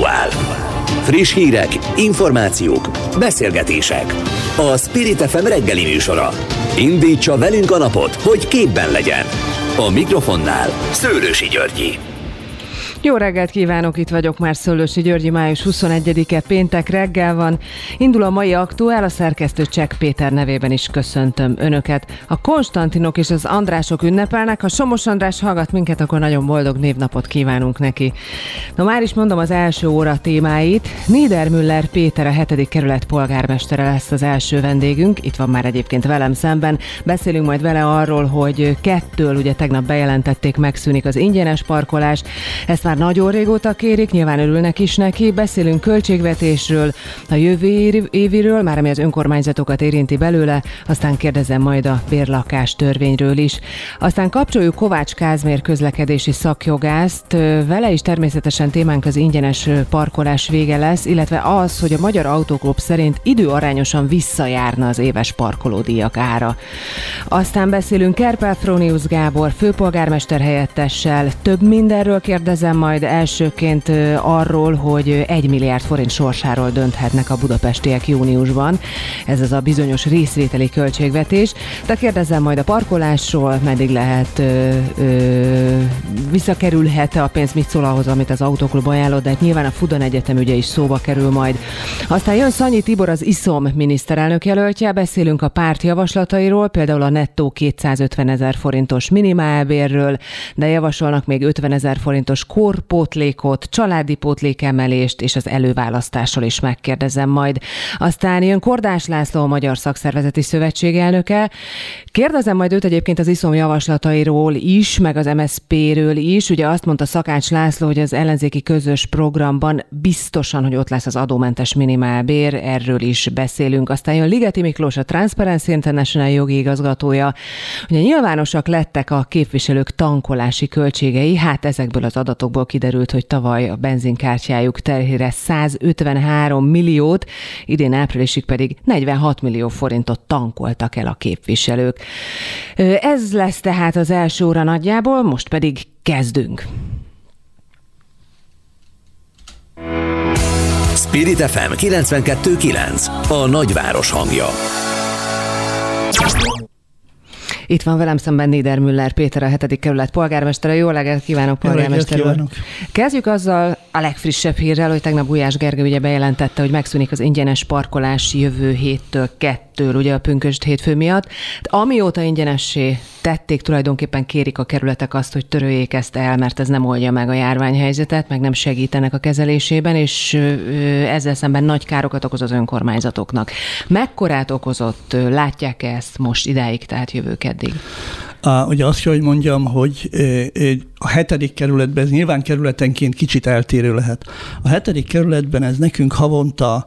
aktuál. Friss hírek, információk, beszélgetések. A Spirit FM reggeli műsora. Indítsa velünk a napot, hogy képben legyen. A mikrofonnál Szőlősi Györgyi. Jó reggelt kívánok, itt vagyok már, Szőlősi Györgyi, május 21-e péntek reggel van. Indul a mai aktuál, a szerkesztő Csek Péter nevében is köszöntöm Önöket. A Konstantinok és az Andrások ünnepelnek, ha Somos András hallgat minket, akkor nagyon boldog névnapot kívánunk neki. Na már is mondom az első óra témáit. Niedermüller Péter, a 7. kerület polgármestere lesz az első vendégünk, itt van már egyébként velem szemben. Beszélünk majd vele arról, hogy ugye tegnap bejelentették, megszűnik az ingyenes parkolás. Ezt már nagyon régóta kérik, nyilván örülnek is neki. Beszélünk költségvetésről, a jövő éviről, már ami az önkormányzatokat érinti belőle, aztán kérdezem majd a bérlakás törvényről is. Aztán kapcsoljuk Kovács Kázmér közlekedési szakjogászt, vele is természetesen témánk az ingyenes parkolás vége lesz, illetve az, hogy a Magyar Autóklub szerint időarányosan visszajárna az éves parkolódíjak ára. Aztán beszélünk Kerpel Fronius Gábor főpolgármester helyettessel, több mindenről kérdezem majd, elsőként arról, hogy 1 milliárd forint sorsáról dönthetnek a budapestiek júniusban. Ez az a bizonyos részvételi költségvetés. De kérdezzem majd a parkolásról, meddig lehet, visszakerülhet-e a pénz, mit szól ahhoz, amit az Autóklub ajánlott, de hát nyilván a Fudan Egyetem ügye is szóba kerül majd. Aztán jön Szanyi Tibor, az ISZOM miniszterelnök jelöltje, beszélünk a párt javaslatairól, például a nettó 250 000 forintos minimálbérről, de javasolnak még 50 000 forintos korpótlékot, családi pótlékemelést, és az előválasztásról is megkérdezem majd. Aztán jön Kordás László, a Magyar Szakszervezeti Szövetség elnöke. Kérdezem majd őt egyébként az ISZOM javaslatairól is, meg az MSZP-ről is. Ugye azt mondta Szakács László, hogy az ellenzéki közös programban biztosan, hogy ott lesz az adómentes minimálbér, erről is beszélünk. Aztán jön Ligeti Miklós, a Transparency International jogi igazgatója. Ugye nyilvánosak lettek a képviselők tankolási költségei, hát ezekből az adatokból kiderült, hogy tavaly a benzinkártyájuk terhére 153 milliót, idén áprilisig pedig 46 millió forintot tankoltak el a képviselők. Ez lesz tehát az első óra nagyjából, most pedig kezdünk. Spirit FM 92.9, a nagyváros hangja. Itt van velem szemben Niedermüller Péter, a 7. kerület polgármestere. Jó reggelt kívánok, polgármester úr! Kezdjük azzal a legfrissebb hírrel, hogy tegnap Gulyás Gergely ugye bejelentette, hogy megszűnik az ingyenes parkolás jövő héttől 2-től, ugye a pünkösd hétfő miatt. Amióta ingyenessé tették, tulajdonképpen kérik a kerületek azt, hogy töröljék ezt el, mert ez nem oldja meg a járványhelyzetet, meg nem segítenek a kezelésében, és ezzel szemben nagy károkat okoz az önkormányzatoknak. Mekkorát okozott, látják ezt most idáig, tehát jövő keddig? Ugye azt kell, hogy mondjam, hogy a 7. kerületben, ez nyilván kerületenként kicsit eltérő lehet. A 7. kerületben ez nekünk havonta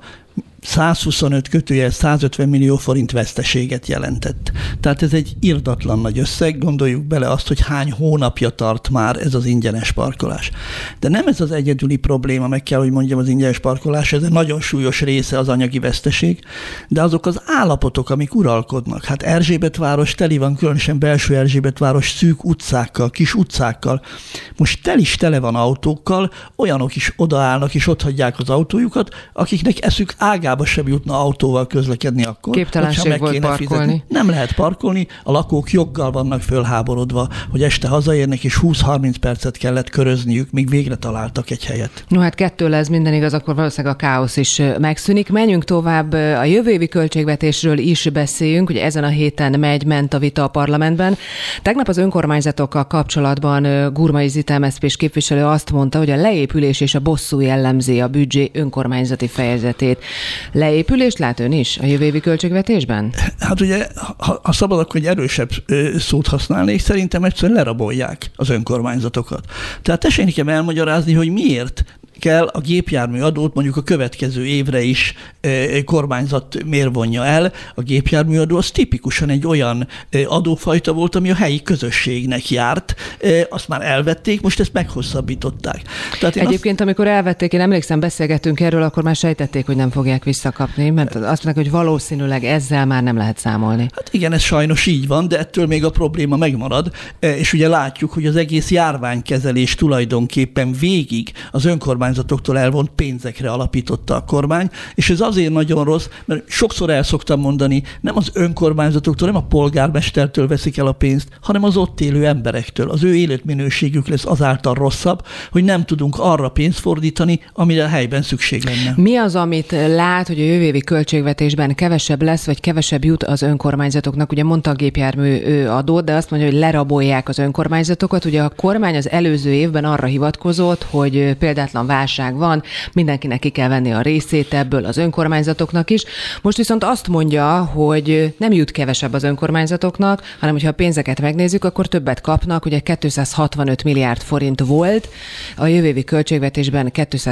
125-150 millió forint veszteséget jelentett. Tehát ez egy irdatlan nagy összeg, gondoljuk bele azt, hogy hány hónapja tart már ez az ingyenes parkolás. De nem ez az egyedüli probléma, meg kell, hogy mondjam, az ingyenes parkolás, ez egy nagyon súlyos része az anyagi veszteség, de azok az állapotok, amik uralkodnak. Hát Erzsébetváros teli van, különösen belső Erzsébetváros szűk utcákkal, kis utcákkal. Most tele van autókkal, olyanok is odaállnak és ott hagyják az autójukat, akiknek eszük ágába sem jutna autóval közlekedni akkor. Képtelenség volt parkolni. Fizetni. Nem lehet parkolni, a lakók joggal vannak fölháborodva, hogy este hazaérnek, és 20-30 percet kellett körözniük, míg végre találtak egy helyet. No hát 2 lesz minden igaz, akkor valószínűleg a káosz is megszűnik. Menjünk tovább, a jövő évi költségvetésről is beszéljünk, ugye ezen a héten ment a vita a parlamentben. Tegnap az önkormányzatokkal kapcsolatban Gurmai Zita MSZP-s képviselő azt mondta, hogy a leépülés és a bosszú jellemzi a büdzsé önkormányzati fejezetét. Leépülést lát ön is a jövő évi költségvetésben? Hát ugye, ha szabad, akkor egy erősebb szót használnék, szerintem egyszerűen lerabolják az önkormányzatokat. Tehát tessék nekem elmagyarázni, hogy miért kell a gépjármű adót mondjuk a következő évre is kormányzat miért vonja el. A gépjármű adó az tipikusan egy olyan adófajta volt, ami a helyi közösségnek járt. Azt már elvették, most ezt meghosszabbították. Tehát egyébként, amikor elvették, én emlékszem, beszélgettünk erről, akkor már sejtették, hogy nem fogják visszakapni, mert azt mondják, hogy valószínűleg ezzel már nem lehet számolni. Hát igen, ez sajnos így van, de ettől még a probléma megmarad, és ugye látjuk, hogy az egész járványkezelés tulajdonképpen végig az önkormányzat önkormányzatoktól elvont pénzekre alapította a kormány, és ez azért nagyon rossz, mert sokszor el szoktam mondani, nem az önkormányzatoktól, nem a polgármestertől veszik el a pénzt, hanem az ott élő emberektől. Az ő életminőségük lesz azáltal rosszabb, hogy nem tudunk arra pénzt fordítani, amire a helyben szükség lenne. Mi az, amit lát, hogy a jövő évi költségvetésben kevesebb lesz, vagy kevesebb jut az önkormányzatoknak? Ugye mondta a gépjármű adót, de azt mondja, hogy lerabolják az önkormányzatokat. Ugye a kormány az előző évben arra hivatkozott, hogy példátlan válság van, mindenkinek ki kell venni a részét ebből, az önkormányzatoknak is. Most viszont azt mondja, hogy nem jut kevesebb az önkormányzatoknak, hanem hogyha a pénzeket megnézzük, akkor többet kapnak. Ugye 265 milliárd forint volt, a jövő évi költségvetésben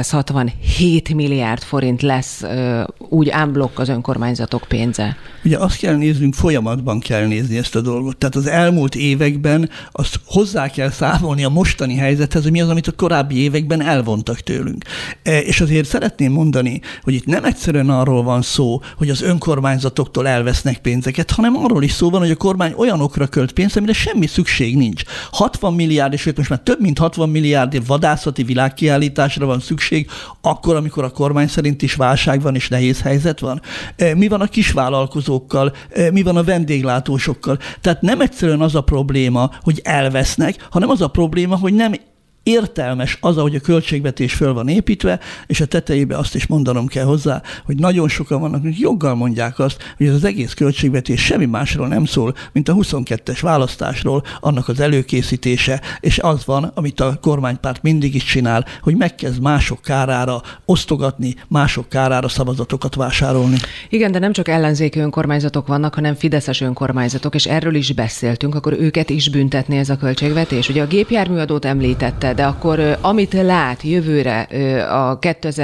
267 milliárd forint lesz úgy unblock az önkormányzatok pénze. Ugye azt kell néznünk, folyamatban kell nézni ezt a dolgot. Tehát az elmúlt években azt hozzá kell számolni a mostani helyzethez, hogy mi az, amit a korábbi években elvontak tőlünk. És azért szeretném mondani, hogy itt nem egyszerűen arról van szó, hogy az önkormányzatoktól elvesznek pénzeket, hanem arról is szó van, hogy a kormány olyanokra költ pénzt, amire semmi szükség nincs. 60 milliárd, és most már több mint 60 milliárd vadászati világkiállításra van szükség, akkor, amikor a kormány szerint is válság van és nehéz helyzet van. Mi van a kisvállalkozókkal, mi van a vendéglátósokkal? Tehát nem egyszerűen az a probléma, hogy elvesznek, hanem az a probléma, hogy nem értelmes az, ahogy a költségvetés föl van építve, és a tetejébe azt is mondanom kell hozzá, hogy nagyon sokan vannak, hogy joggal mondják azt, hogy ez az egész költségvetés semmi másról nem szól, mint a 22-es választásról, annak az előkészítése, és az van, amit a kormánypárt mindig is csinál, hogy megkezd mások kárára osztogatni, mások kárára szavazatokat vásárolni. Igen, de nem csak ellenzéki önkormányzatok vannak, hanem fideszes önkormányzatok, és erről is beszéltünk, akkor őket is büntetni ez a költségvetés. Ugye a gépjárműadót említette, de akkor amit lát jövőre, a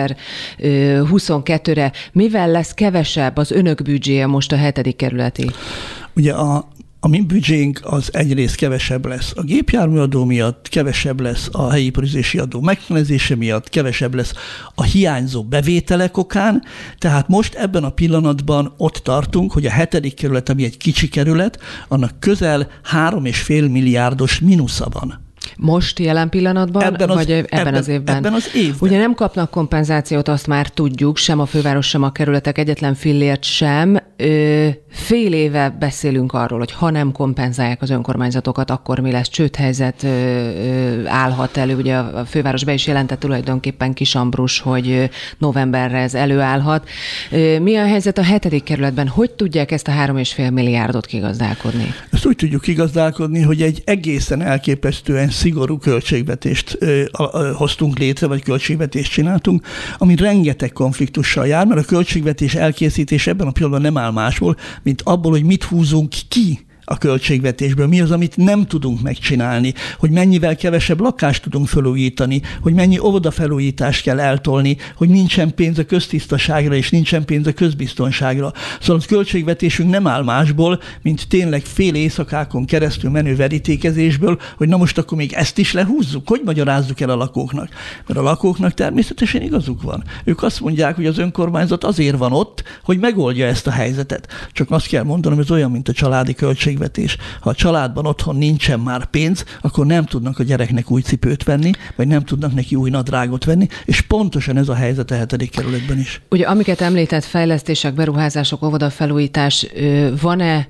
2022-re, mivel lesz kevesebb az önök büdzséje most a 7. kerületi? Ugye a mi büdzsénk az egyrészt kevesebb lesz a gépjárműadó miatt, kevesebb lesz a helyi iparüzési adó megfelezése miatt, kevesebb lesz a hiányzó bevételek okán, tehát most ebben a pillanatban ott tartunk, hogy a 7. kerület, ami egy kicsi kerület, annak közel 3,5 milliárdos mínusza van. Most jelen pillanatban, ebben az évben? Ebben az évben. Ugye nem kapnak kompenzációt, azt már tudjuk, sem a főváros, sem a kerületek, egyetlen fillért sem. Fél éve beszélünk arról, hogy ha nem kompenzálják az önkormányzatokat, akkor mi lesz, csődhelyzet állhat elő. Ugye a főváros be is jelentett tulajdonképpen Kis Ambrus, hogy novemberre ez előállhat. Mi a helyzet a 7. kerületben? Hogy tudják ezt a 3,5 milliárdot kigazdálkodni? Ezt úgy tudjuk kigazdálkodni, hogy egy egészen elképesztően szigorú költségvetést hoztunk létre, vagy költségvetést csináltunk, ami rengeteg konfliktussal jár, mert a költségvetés elkészítés ebben a pillanatban nem áll másból, mint abból, hogy mit húzunk ki a költségvetésből, mi az, amit nem tudunk megcsinálni, hogy mennyivel kevesebb lakást tudunk felújítani, hogy mennyi óvodafelújítást kell eltolni, hogy nincsen pénz a köztisztaságra és nincsen pénz a közbiztonságra. Szóval a költségvetésünk nem áll másból, mint tényleg fél éjszakákon keresztül menő verítékezésből, hogy na most akkor még ezt is lehúzzuk, hogy magyarázzuk el a lakóknak. Mert a lakóknak természetesen igazuk van. Ők azt mondják, hogy az önkormányzat azért van ott, hogy megoldja ezt a helyzetet. Csak azt kell mondanom, hogy ez olyan, mint a családi költségvetés. Ha a családban otthon nincsen már pénz, akkor nem tudnak a gyereknek új cipőt venni, vagy nem tudnak neki új nadrágot venni, és pontosan ez a helyzet a 7. kerületben is. Ugye amiket említett, fejlesztések, beruházások, óvodafelújítás, van-e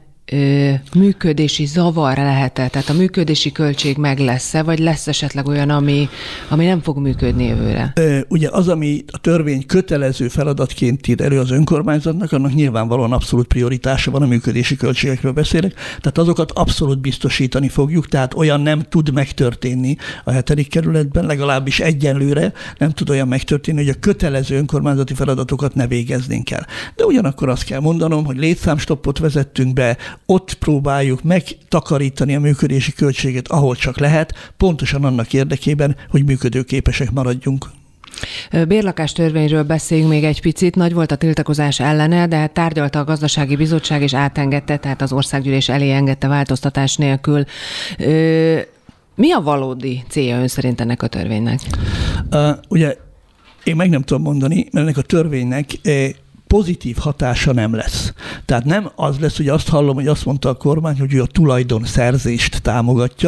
működési zavar lehet-e? Tehát a működési költség meg lesz-e, vagy lesz esetleg olyan, ami nem fog működni jövőre? Ugye az, ami a törvény kötelező feladatként ír elő az önkormányzatnak, annak nyilvánvalóan abszolút prioritása van, a működési költségekről beszélek, tehát azokat abszolút biztosítani fogjuk, tehát olyan nem tud megtörténni a 7. kerületben, legalábbis egyenlőre nem tud olyan megtörténni, hogy a kötelező önkormányzati feladatokat ne végeznénk el. De ugyanakkor azt kell mondanom, hogy létszámstoppot vezettünk be, ott próbáljuk megtakarítani a működési költséget, ahol csak lehet, pontosan annak érdekében, hogy működőképesek maradjunk. Bérlakástörvényről beszéljünk még egy picit. Nagy volt a tiltakozás ellene, de tárgyalta a gazdasági bizottság és átengedte, tehát az országgyűlés elé engedte változtatás nélkül. Mi a valódi célja ön szerint ennek a törvénynek? Ugye én meg nem tudom mondani, mert ennek a törvénynek pozitív hatása nem lesz. Tehát nem az lesz, hogy azt hallom, hogy azt mondta a kormány, hogy ő a tulajdonszerzést támogatja.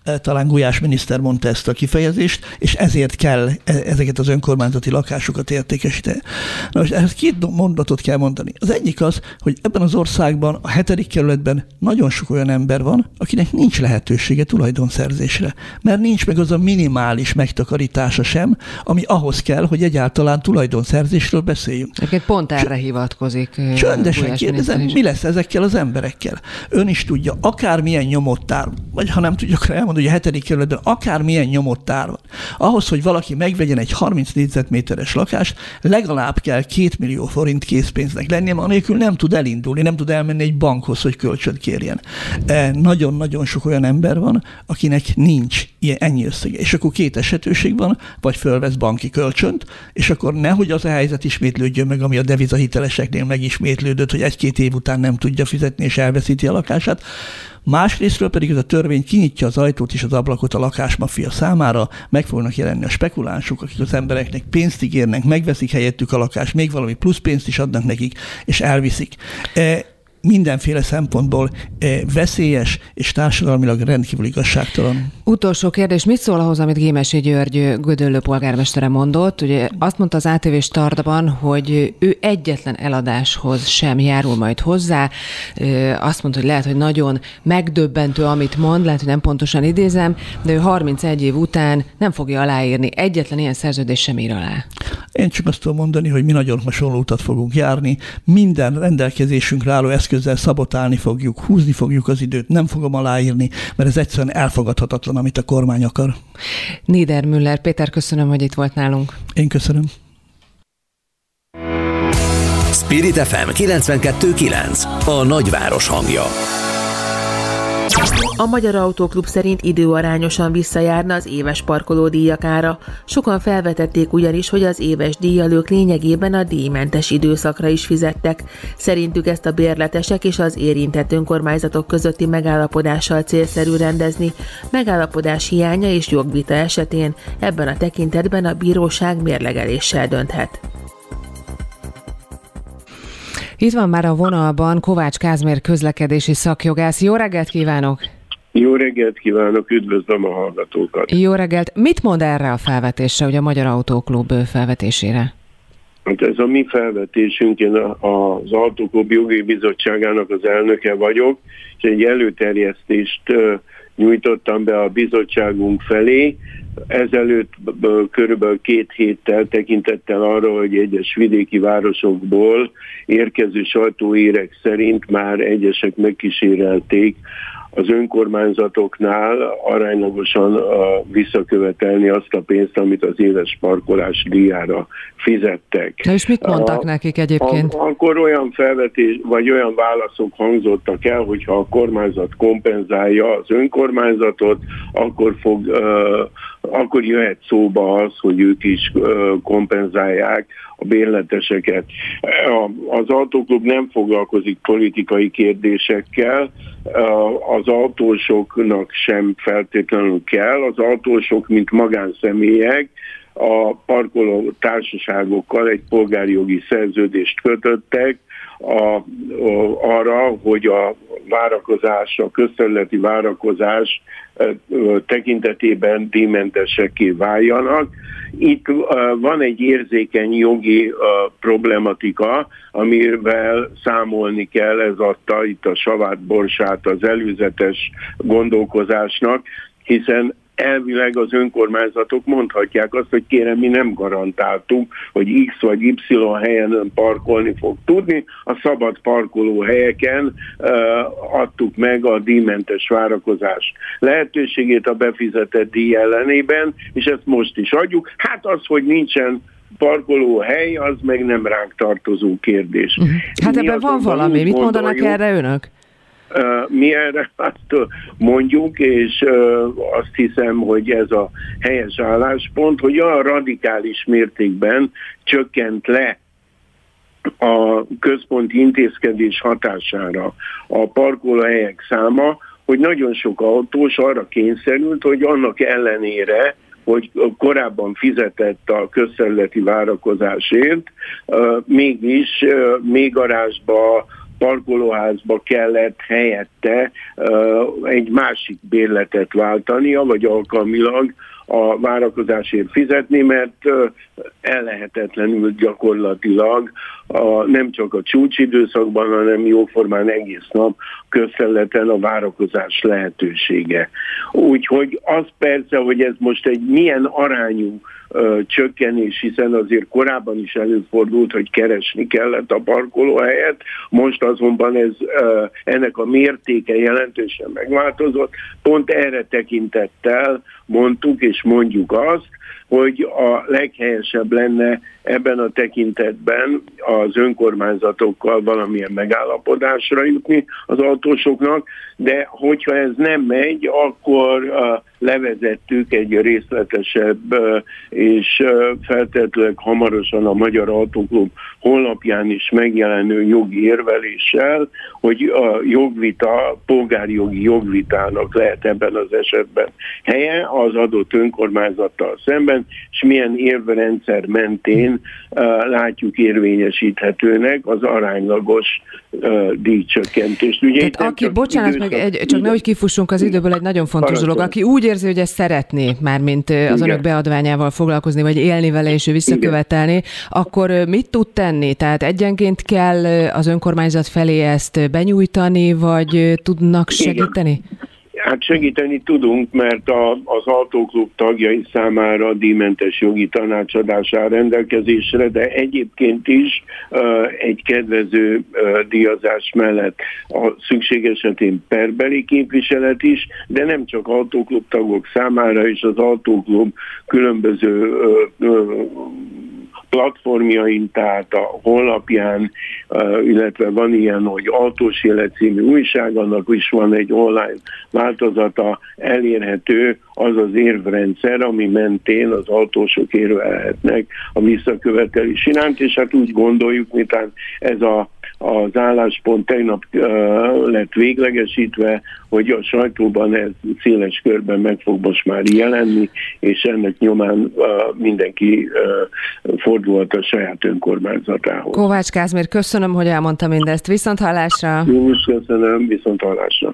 talán Gulyás miniszter mondta ezt a kifejezést, és ezért kell ezeket az önkormányzati lakásokat értékesíteni. Na most ehhez két mondatot kell mondani. Az egyik az, hogy ebben az országban, a 7. kerületben nagyon sok olyan ember van, akinek nincs lehetősége tulajdonszerzésre, mert nincs meg az a minimális megtakarítása sem, ami ahhoz kell, hogy egyáltalán tulajdonszerzésről beszéljünk. Egyébként pont erre hivatkozik. Csöndesen kérdezem, mi lesz ezekkel az emberekkel? Ön is tudja, akármilyen nyomott tár, vagy ha nem tudjuk elmondani, hogy a 7. kerületben akármilyen nyomott tár van. Ahhoz, hogy valaki megvegyen egy 30 négyzetméteres lakást, legalább kell 2 millió forint készpénznek lennie, anélkül nem tud elindulni, nem tud elmenni egy bankhoz, hogy kölcsönt kérjen. Nagyon-nagyon sok olyan ember van, akinek nincs ennyi összege. És akkor két esetőség van, vagy fölvesz banki kölcsönt, és akkor nehogy az a helyzet ismétlődjön meg, ami a devizahiteleseknél megismétlődött, hogy 1-2 év után nem tudja fizetni, és elveszíti a lakását. Másrésztről pedig ez a törvény kinyitja az ajtót és az ablakot a lakásmafia számára, meg fognak jelenni a spekulánsok, akik az embereknek pénzt ígérnek, megveszik helyettük a lakást, még valami plusz pénzt is adnak nekik, és elviszik. Mindenféle szempontból veszélyes és társadalmilag rendkívül igazságtalan. Utolsó kérdés, mit szól ahhoz, amit Gémesi György Gödöllő polgármestere mondott? Ugye azt mondta az ATV Startban, hogy ő egyetlen eladáshoz sem járul majd hozzá. Azt mondta, hogy lehet, hogy nagyon megdöbbentő, amit mond, lehet, hogy nem pontosan idézem, de ő 31 év után nem fogja aláírni. Egyetlen ilyen szerződés sem ír alá. Én csak azt tudom mondani, hogy mi nagyon hasonló utat fogunk járni. Minden rendelkezésünkre álló eszközzel szabotálni fogjuk, húzni fogjuk az időt, nem fogom aláírni, mert ez egyszerűen elfogadhatatlan, amit a kormány akar. Niedermüller Péter, köszönöm, hogy itt volt nálunk. Én köszönöm. Spirit FM 92.9, a nagyváros hangja. A Magyar Autóklub szerint időarányosan visszajárna az éves parkolódíjak ára. Sokan felvetették ugyanis, hogy az éves díjalők lényegében a díjmentes időszakra is fizettek. Szerintük ezt a bérletesek és az érintett önkormányzatok közötti megállapodással célszerű rendezni. Megállapodás hiánya és jogvita esetén ebben a tekintetben a bíróság mérlegeléssel dönthet. Itt van már a vonalban Kovács Kázmér közlekedési szakjogász. Jó reggelt kívánok! Jó reggelt kívánok, üdvözlöm a hallgatókat! Jó reggelt! Mit mond erre a felvetésre, ugye a Magyar Autóklub felvetésére? Hát ez a mi felvetésünk, én az Autóklub jogi bizottságának az elnöke vagyok, és egy előterjesztést nyújtottam be a bizottságunk felé. Ezelőtt körülbelül 2 héttel tekintettel arra, hogy egyes vidéki városokból érkező sajtóhírek szerint már egyesek megkísérelték az önkormányzatoknál aránylagosan visszakövetelni azt a pénzt, amit az éves parkolás díjára fizettek. Na és mit mondtak nekik egyébként? Akkor olyan felvetés, vagy olyan válaszok hangzottak el, hogyha a kormányzat kompenzálja az önkormányzatot, akkor jöhet szóba az, hogy ők is kompenzálják a bérleteseket. Az Autóklub nem foglalkozik politikai kérdésekkel, az autósoknak sem feltétlenül kell. Az autósok, mint magánszemélyek, a parkoló társaságokkal egy polgárjogi szerződést kötöttek arra, hogy a várakozás, a közterületi várakozás tekintetében díjmentesekké váljanak. Itt van egy érzékeny jogi problematika, amivel számolni kell, ez adta itt a savát borsát az előzetes gondolkozásnak, hiszen elvileg az önkormányzatok mondhatják azt, hogy kérem, mi nem garantáltuk, hogy X vagy Y helyen ön parkolni fog tudni. A szabad parkolóhelyeken adtuk meg a díjmentes várakozás lehetőségét a befizetett díj ellenében, és ezt most is adjuk. Hát az, hogy nincsen parkolóhely, az meg nem ránk tartozó kérdés. Hát ebben van valami. Mit mondanak erre önök? Mi erre azt mondjuk, és azt hiszem, hogy ez a helyes álláspont, hogy olyan radikális mértékben csökkent le a központi intézkedés hatására a parkolóhelyek száma, hogy nagyon sok autós arra kényszerült, hogy annak ellenére, hogy korábban fizetett a közterületi várakozásért, mégis még garázsba parkolóházba kellett helyette egy másik bérletet váltania, vagy alkalmilag a várakozásért fizetni, mert ellehetetlenül gyakorlatilag nem csak a csúcsidőszakban, hanem jóformán egész nap közterületen a várakozás lehetősége. Úgyhogy az persze, hogy ez most egy milyen arányú csökkenés, hiszen azért korábban is előfordult, hogy keresni kellett a parkolóhelyet, most azonban ennek a mértéke jelentősen megváltozott. Pont erre tekintettel mondtuk és mondjuk azt, hogy a leghelyesebb lenne ebben a tekintetben az önkormányzatokkal valamilyen megállapodásra jutni az autósoknak, de hogyha ez nem megy, akkor levezettük egy részletesebb és feltétlenül hamarosan a Magyar Autóklub honlapján is megjelenő jogi érveléssel, hogy a jogvita, polgári jogi jogvitának lehet ebben az esetben helye az adott önkormányzattal szemben, és milyen érvrendszer mentén látjuk érvényesíthetőnek az aránylagos díjcsökkentést. Ugye bocsánat, csak nehogy kifussunk az időből, egy nagyon fontos dolog. Aki úgy érzi, hogy ezt szeretné, mármint az önök beadványával foglalkozni, vagy élni vele, és ő visszakövetelni, akkor mit tud tenni? Tehát egyenként kell az önkormányzat felé ezt benyújtani, vagy tudnak segíteni? Igen. Hát segíteni tudunk, mert az autóklub tagjai számára díjmentes jogi tanácsadás áll rendelkezésre, de egyébként is egy kedvező díjazás mellett a szükség esetén perbeli képviselet is, de nem csak autóklub tagok számára, és az autóklub különböző platformjain, tehát a honlapján, illetve van ilyen, hogy Autós Élet című újság, annak is van egy online változata, elérhető az az érvrendszer, ami mentén az autósok érvelhetnek a visszakövetelés iránt, és hát úgy gondoljuk, miután ez az álláspont tegnap lett véglegesítve, hogy a sajtóban ez széles körben meg fog most már jelenni, és ennek nyomán mindenki fordulhat a saját önkormányzatához. Kovács Kázmér, köszönöm, hogy elmondta mindezt. Viszonthallásra! Én is köszönöm, viszonthallásra!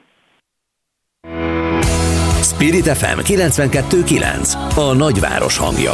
Spirit FM 92.9, a nagyváros hangja.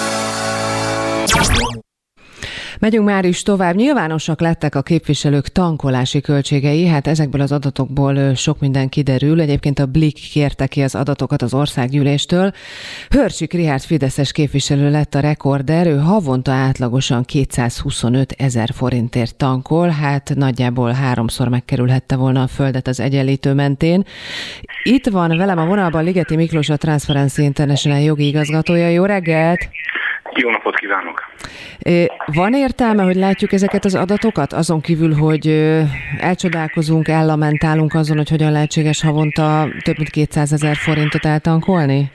Megyünk már is tovább. Nyilvánosak lettek a képviselők tankolási költségei, hát ezekből az adatokból sok minden kiderül. Egyébként a Blik kérte ki az adatokat az országgyűléstől. Hörcsik Richárd fideszes képviselő lett a rekorder, ő havonta átlagosan 225 000 forintért tankol, hát nagyjából 3-szor megkerülhette volna a földet az Egyenlítő mentén. Itt van velem a vonalban Ligeti Miklós, a Transparency International jogi igazgatója. Jó reggelt! Jó napot kívánok! Van értelme, hogy látjuk ezeket az adatokat? Azon kívül, hogy elcsodálkozunk, ellamentálunk azon, hogy hogyan lehetséges havonta több mint 200 000 forintot eltankolni?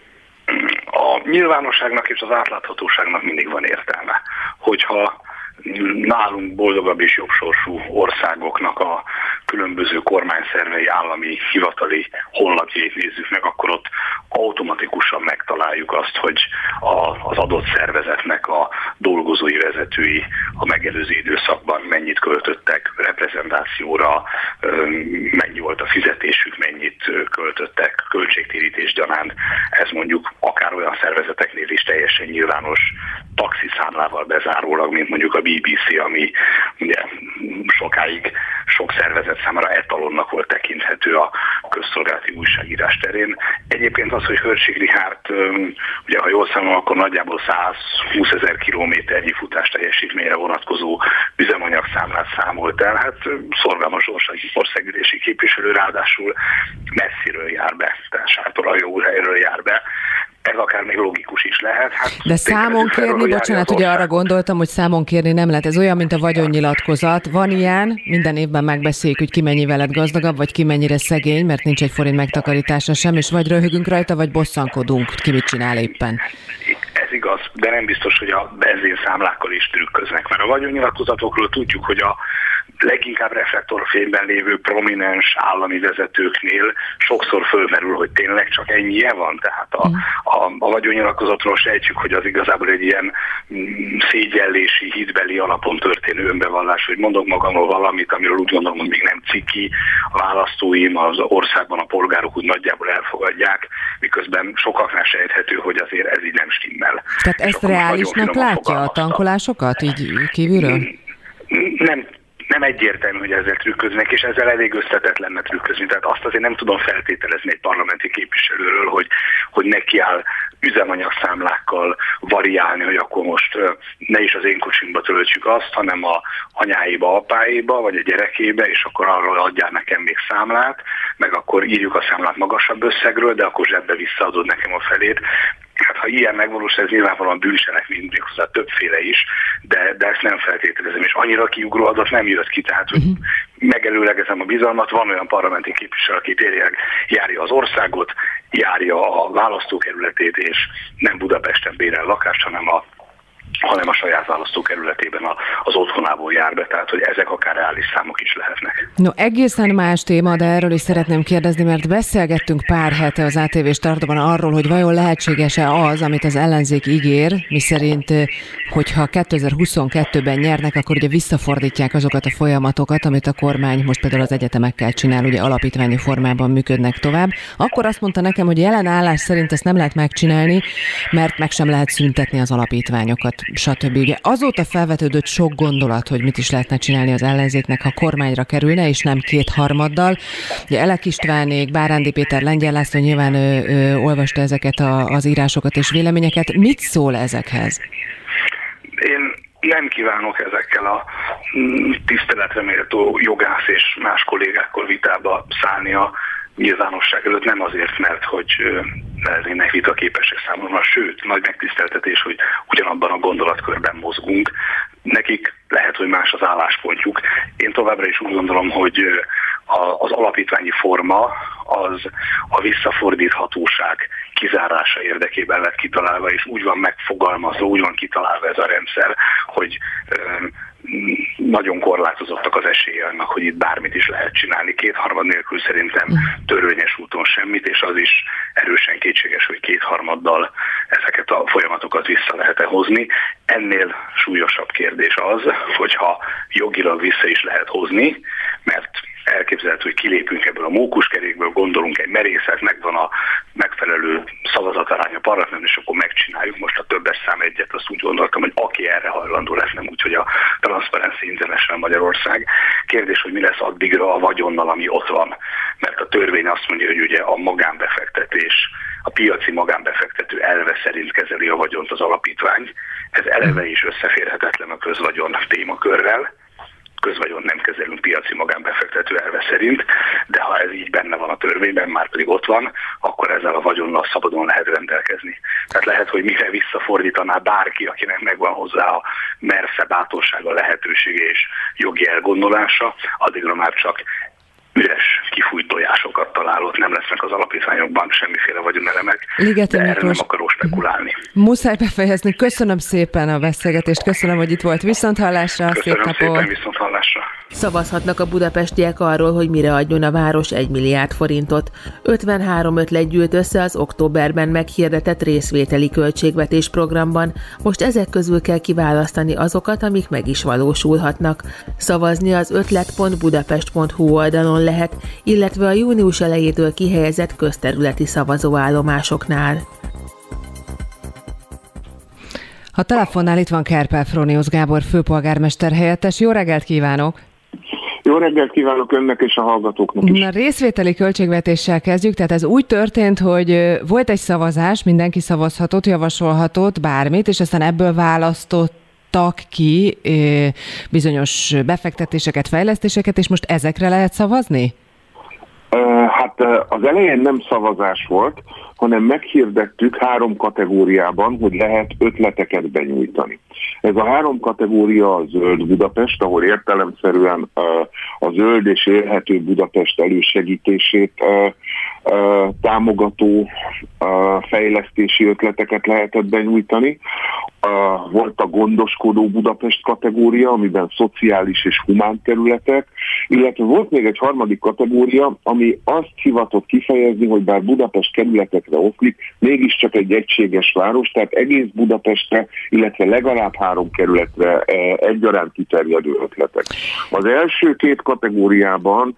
A nyilvánosságnak és az átláthatóságnak mindig van értelme. Hogyha nálunk boldogabb és jobbsorsú országoknak a különböző kormányszervei, állami, hivatali honlapjait nézzük meg, akkor ott automatikusan megtaláljuk azt, hogy az adott szervezetnek a dolgozói, vezetői a megelőző időszakban mennyit költöttek reprezentációra, mennyi volt a fizetésük, mennyit költöttek költségtérítés gyanánt. Ez mondjuk akár olyan szervezeteknél is teljesen nyilvános taxiszámlával bezárólag, mint mondjuk a BBC, ami ugye sokáig sok szervezet számára etalonnak volt tekinthető a közszolgálati újságírás terén. Egyébként az, hogy Hörcsik Richárd, ugye ha jól számolom, akkor nagyjából 120 000 kilométernyi futás teljesítményre vonatkozó üzemanyagszámlát számolt el, hát szorgalmas országgyűlési képviselő, ráadásul messziről jár be, tehát Sátoraljaújhelyről jár be. Ez akár még logikus is lehet. Hát de számon kérni, bocsánat, ugye arra gondoltam, hogy számon kérni nem lehet. Ez olyan, mint a vagyonnyilatkozat. Van ilyen, minden évben megbeszéljük, hogy ki mennyivel lett gazdagabb, vagy ki mennyire szegény, mert nincs egy forint megtakarítása sem, és vagy röhögünk rajta, vagy bosszankodunk, ki mit csinál éppen. Ez igaz, de nem biztos, hogy a benzinszámlákkal is trükköznek, mert a vagyonnyilatkozatokról tudjuk, hogy a leginkább reflektorfényben lévő prominens állami vezetőknél sokszor fölmerül, hogy tényleg csak ennyie van. Tehát a vagyonnyilatkozatról sejtjük, hogy az igazából egy ilyen szégyellési, hitbeli alapon történő önbevallás, hogy mondok magamról valamit, amiről úgy gondolom, hogy még nem ciki, a választóim, az országban a polgárok úgy nagyjából elfogadják, miközben sokaknál sejthető, hogy azért ez így nem stimmel. Tehát ezt reálisnak látja a tankolásokat így kívülről? Nem egyértelmű, hogy ezzel trükköznek, és ezzel elég összetett lenne trükközni. Tehát azt azért nem tudom feltételezni egy parlamenti képviselőről, hogy nekiáll üzemanyagszámlákkal variálni, hogy akkor most ne is az én kocsinkba töltsük azt, hanem a anyáiba, apáiba, vagy a gyerekébe, és akkor arról adjál nekem még számlát, meg akkor írjuk a számlát magasabb összegről, de akkor zsebbe visszaadod nekem a felét. Hát ha ilyen megvalósul, ez nyilvánvalóan bűncselekmény, még hozzá többféle is, de ezt nem feltételezem, és annyira kiugró adat nem jött ki, tehát hogy megelőlegezem a bizalmat, van olyan parlamenti képviselő, aki tényleg járja az országot, járja a választókerületét, és nem Budapesten bérel lakást, hanem a saját választókerületében az otthonából jár be, tehát hogy ezek akár reális számok is lehetnek. No, egészen más téma, de erről is szeretném kérdezni, mert beszélgettünk pár hete az ATV startban arról, hogy vajon lehetséges-e az, amit az ellenzék ígér, miszerint, hogyha 2022-ben nyernek, akkor ugye visszafordítják azokat a folyamatokat, amit a kormány most például az egyetemekkel csinál, ugye alapítványi formában működnek tovább. Akkor azt mondta nekem, hogy jelen állás szerint ezt nem lehet megcsinálni, mert meg sem lehet szüntetni az alapítványokat, stb. Ugye azóta felvetődött sok gondolat, hogy mit is lehetne csinálni az ellenzéknek, ha kormányra kerülne, és nem 2/3. Ugye Elek Istvánék, Bárándi Péter, Lengyel László nyilván olvasta ezeket az írásokat és véleményeket. Mit szól ezekhez? Én nem kívánok ezekkel a tiszteletre méltó jogász és más kollégákkal vitába szállni a nyilvánosság előtt, nem azért, mert hogy lennének vitaképesek számomra, sőt, nagy megtiszteltetés, hogy ugyanabban a gondolatkörben mozgunk. Nekik lehet, hogy más az álláspontjuk. Én továbbra is úgy gondolom, hogy az alapítványi forma az a visszafordíthatóság kizárása érdekében lett kitalálva, és úgy van megfogalmazva, úgy van kitalálva ez a rendszer, hogy nagyon korlátozottak az esélye annak, hogy itt bármit is lehet csinálni. 2/3 nélkül szerintem törvényes úton semmit, és az is erősen kétséges, hogy 2/3 ezeket a folyamatokat vissza lehet-e hozni. Ennél súlyosabb kérdés az, hogyha jogilag vissza is lehet hozni, mert elképzelhető, hogy kilépünk ebből a mókuskerékből, gondolunk egy merészet, megvan a megfelelő szavazatarány a parlamentben, és akkor megcsináljuk. Most a többes szám egyet, azt úgy gondoltam, hogy aki erre hajlandó lesz, nem úgy, hogy a Transparency International Magyarország. Kérdés, hogy mi lesz addigra a vagyonnal, ami ott van. Mert a törvény azt mondja, hogy ugye a magánbefektetés, a piaci magánbefektető elve szerint kezeli a vagyont az alapítvány. Ez eleve is összeférhetetlen a közvagyon témakörrel. Közvagyon nem kezelünk piaci magánbefektető elve szerint, de ha ez így benne van a törvényben, már pedig ott van, akkor ezzel a vagyonnal szabadon lehet rendelkezni. Tehát lehet, hogy mire visszafordítaná bárki, akinek megvan hozzá a mersze bátorsága, lehetősége és jogi elgondolása, addigra már csak üres, kifújt tojásokat találott, nem lesznek az alapítványokban semmiféle vagyonelemek, de erre nem akarok spekulálni. Muszáj befejezni. Köszönöm szépen a beszélgetést, köszönöm, hogy itt volt. Viszonthallásra. Köszönöm szépen, viszonthallásra. Szavazhatnak a budapestiek arról, hogy mire adjon a város 1 milliárd forintot. 53 ötlet gyűlt össze az októberben meghirdetett részvételi költségvetés programban. Most ezek közül kell kiválasztani azokat, amik meg is valósulhatnak. Szavazni az ötlet.budapest.hu oldalon lehet, illetve a június elejétől kihelyezett közterületi szavazóállomásoknál. A telefonnál itt van Kerpel Frónius Gábor főpolgármester helyettes. Jó reggelt kívánok! Jó reggelt kívánok önnek és a hallgatóknak is. Na, részvételi költségvetéssel kezdjük, tehát ez úgy történt, hogy volt egy szavazás, mindenki szavazhatott, javasolhatott bármit, és aztán ebből választottak ki bizonyos befektetéseket, fejlesztéseket, és most ezekre lehet szavazni? Hát az elején nem szavazás volt, hanem meghirdettük 3 kategóriában, hogy lehet ötleteket benyújtani. Ez a 3 kategória a zöld Budapest, ahol értelemszerűen a zöld és élhető Budapest elősegítését támogató fejlesztési ötleteket lehetett benyújtani. Volt a gondoskodó Budapest kategória, amiben szociális és humán területek, illetve volt még egy harmadik kategória, ami azt hivatott kifejezni, hogy bár Budapest kerületekre oszlik, mégiscsak egy egységes város, tehát egész Budapestre, illetve legalább 3 kerületre egyaránt kiterjedő ötletek. Az első 2 kategóriában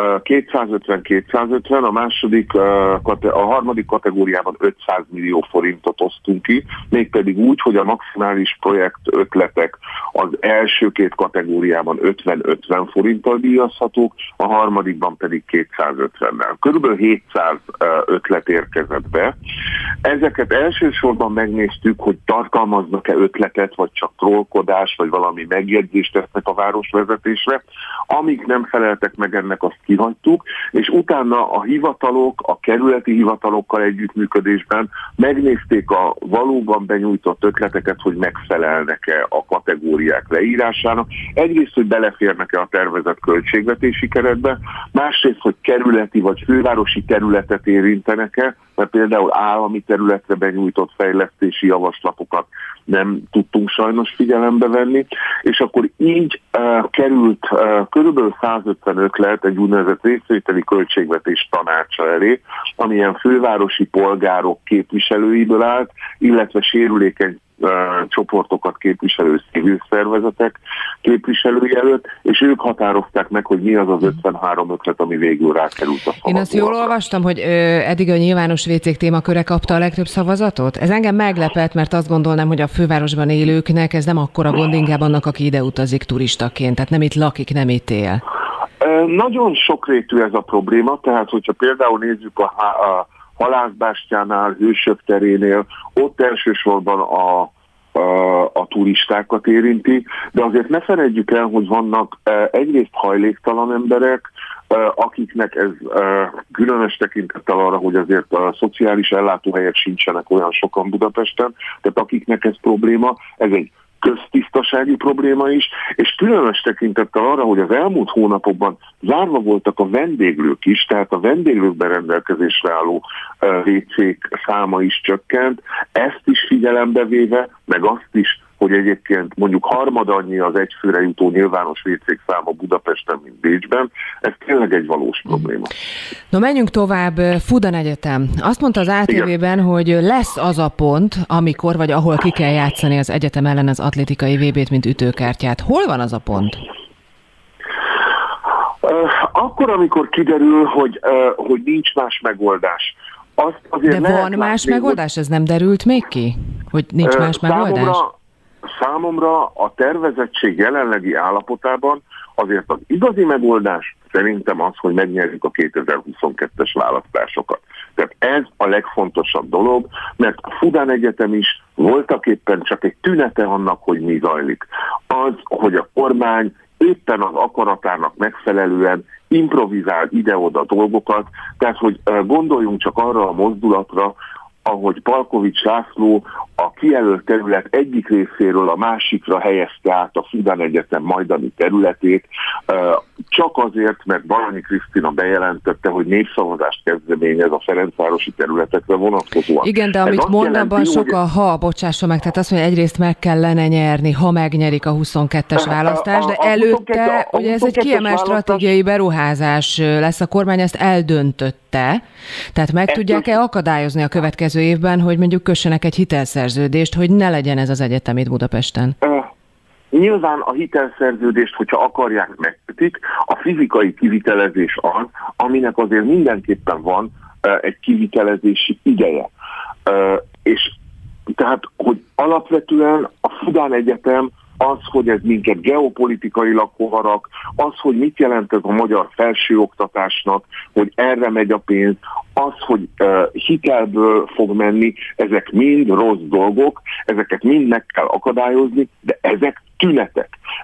250-250, a harmadik kategóriában 500 millió forintot osztunk ki, mégpedig úgy, hogy a maximális projekt ötletek az első 2 kategóriában 50-50 forinttal díjazhatók, a harmadikban pedig 250-nel. Körülbelül 700 ötlet érkezett be. Ezeket elsősorban megnéztük, hogy tartalmaznak-e ötletet, vagy csak trollkodás, vagy valami megjegyzést tesznek a városvezetésre. Amíg nem feleltek meg ennek, azt kihagytuk, és utána a hivatalok, a kerületi hivatalokkal együttműködésben megnézték a valóban benyújtott ötleteket, hogy megfelelnek-e a kategóriák leírásának. Egyrészt, hogy beleférnek-e a tervezett költségvetési keretbe, másrészt, hogy kerületi vagy fővárosi területet érintenek-e, mert például állami területre benyújtott fejlesztési javaslatokat nem tudtunk sajnos figyelembe venni, és akkor így került körülbelül 150 ötlet egy úgynevezett részvételi költségvetés tanácsa elé, amilyen fővárosi polgárok képviselőiből állt, illetve sérülékeny csoportokat képviselő civil szervezetek képviselői előtt, és ők határozták meg, hogy mi az az 53 ötlet, ami végül rákerült a szavazóra. Én azt jól olvastam, hogy eddig a nyilvános WC-k témaköre kapta a legtöbb szavazatot? Ez engem meglepett, mert azt gondolnám, hogy a fővárosban élőknek ez nem akkora gond, inkább annak, aki ide utazik turistaként, tehát nem itt lakik, nem itt él. Nagyon sokrétű ez a probléma, tehát hogyha például nézzük a Halászbástyánál, Hősök terénél, ott elsősorban a turistákat érinti, de azért ne felejtjük el, hogy vannak egyrészt hajléktalan emberek, akiknek ez különös tekintettel arra, hogy azért a szociális ellátóhelyek sincsenek olyan sokan Budapesten, tehát akiknek ez probléma, ez egy köztisztasági probléma is, és különös tekintettel arra, hogy az elmúlt hónapokban zárva voltak a vendéglők is, tehát a vendéglőkben rendelkezésre álló WC-k száma is csökkent, ezt is figyelembe véve, meg azt is, hogy egyébként mondjuk harmadannyi az egyfőre jutó nyilvános WC-k száma Budapesten, mint Bécsben, ez tényleg egy valós probléma. No, menjünk tovább. Fudan Egyetem. Azt mondta az ATV-ben, hogy lesz az a pont, amikor vagy ahol ki kell játszani az egyetem ellen az atlétikai VB-t, mint ütőkártyát. Hol van az a pont? Akkor, amikor kiderül, hogy nincs más megoldás. Azt azért de van más megoldás? Ez nem derült még ki? Hogy nincs más megoldás? Számomra a tervezettség jelenlegi állapotában azért az igazi megoldás szerintem az, hogy megnyerjük a 2022-es választásokat. Tehát ez a legfontosabb dolog, mert a Fudan Egyetem is voltaképpen csak egy tünete annak, hogy mi zajlik. Az, hogy a kormány éppen az akaratának megfelelően improvizál ide-oda dolgokat, tehát hogy gondoljunk csak arra a mozdulatra, ahogy Palkovics László a kijelölt terület egyik részéről a másikra helyezte át a Fudan Egyetem majdani területét, csak azért, mert Baranyi Krisztina bejelentette, hogy népszavazást kezdeményez a ferencvárosi területekre vonatkozóan. Igen, de amit mond, abban sok a ha, bocsássa meg, tehát azt mondja, egyrészt meg kellene nyerni, ha megnyerik a 22-es választást, de előtte, ugye ez egy kiemelt stratégiai beruházás lesz, a kormány ezt eldöntötte, tehát meg tudják-e akadályozni a következő évben, hogy mondjuk kössenek egy hitelszerződést, hogy ne legyen ez az egyetem itt Budapesten? Nyilván a hitelszerződést, hogyha akarják, megkötik, a fizikai kivitelezés az, aminek azért mindenképpen van egy kivitelezési ideje. És tehát, hogy alapvetően a Fudan Egyetem az, hogy ez minket geopolitikailag koharak, az, hogy mit jelent ez a magyar felsőoktatásnak, hogy erre megy a pénz, az, hogy hitelből fog menni, ezek mind rossz dolgok, ezeket mind meg kell akadályozni, de ezek tünetek. Ezek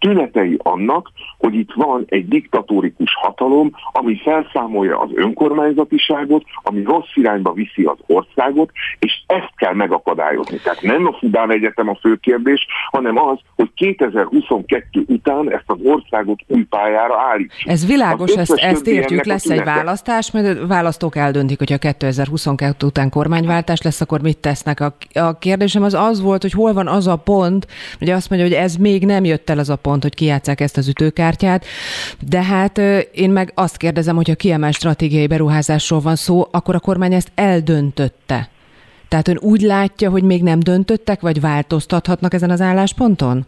tünetei annak, hogy itt van egy diktatórikus hatalom, ami felszámolja az önkormányzatiságot, ami rossz irányba viszi az országot, és ezt kell megakadályozni. Tehát nem a Fubán Egyetem a fő kérdés, hanem az, hogy 2022 után ezt az országot új pályára állítsuk. Ez világos, ezt értjük, lesz egy választás, mert a választók eldöntik, hogyha 2022 után kormányváltás lesz, akkor mit tesznek. A kérdésem az volt, hogy hol van az a pont, hogy azt mondja, hogy ez még nem jött el az a pont, hogy kijátsszák ezt az ütőkártyát, de hát én meg azt kérdezem, hogyha kiemelt stratégiai beruházásról van szó, akkor a kormány ezt eldöntötte. Tehát ön úgy látja, hogy még nem döntöttek, vagy változtathatnak ezen az állásponton?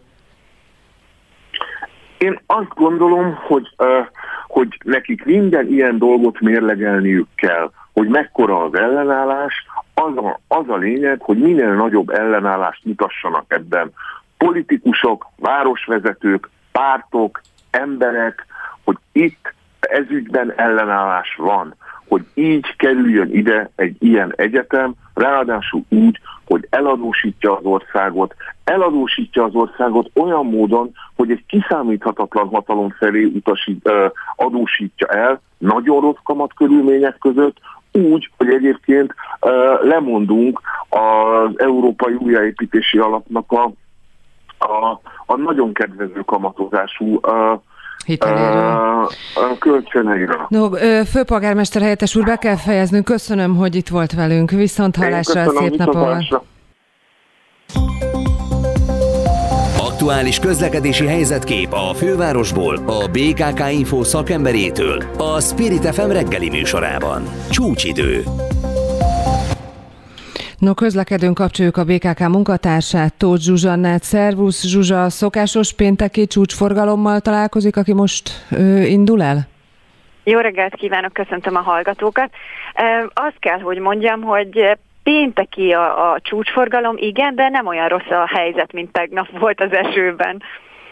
Én azt gondolom, hogy nekik minden ilyen dolgot mérlegelniük kell, hogy mekkora az ellenállás, az a lényeg, hogy minél nagyobb ellenállást mutassanak ebben politikusok, városvezetők, pártok, emberek, hogy itt ezügyben ellenállás van, hogy így kerüljön ide egy ilyen egyetem, ráadásul úgy, hogy eladósítja az országot olyan módon, hogy egy kiszámíthatatlan hatalom felé adósítja el, nagyon rossz kamatkörülmények között, úgy, hogy egyébként lemondunk az Európai Újjáépítési Alapnak a nagyon kedvező kamatozású kölcsöneiről. No, főpolgármester helyettes úr, be kell fejeznünk. Köszönöm, hogy itt volt velünk. Viszont hallásra, szép napot! Aktuális közlekedési helyzetkép a fővárosból, a BKK Info szakemberétől, a Spirit FM reggeli műsorában. Csúcsidő. No, közlekedőn kapcsoljuk a BKK munkatársát, Tóth Zsuzsannát. Szervusz, Zsuzsa, szokásos pénteki csúcsforgalommal találkozik, aki most indul el? Jó reggelt kívánok, köszöntöm a hallgatókat. Azt kell, hogy mondjam, hogy pénteki a csúcsforgalom, igen, de nem olyan rossz a helyzet, mint tegnap volt az esőben.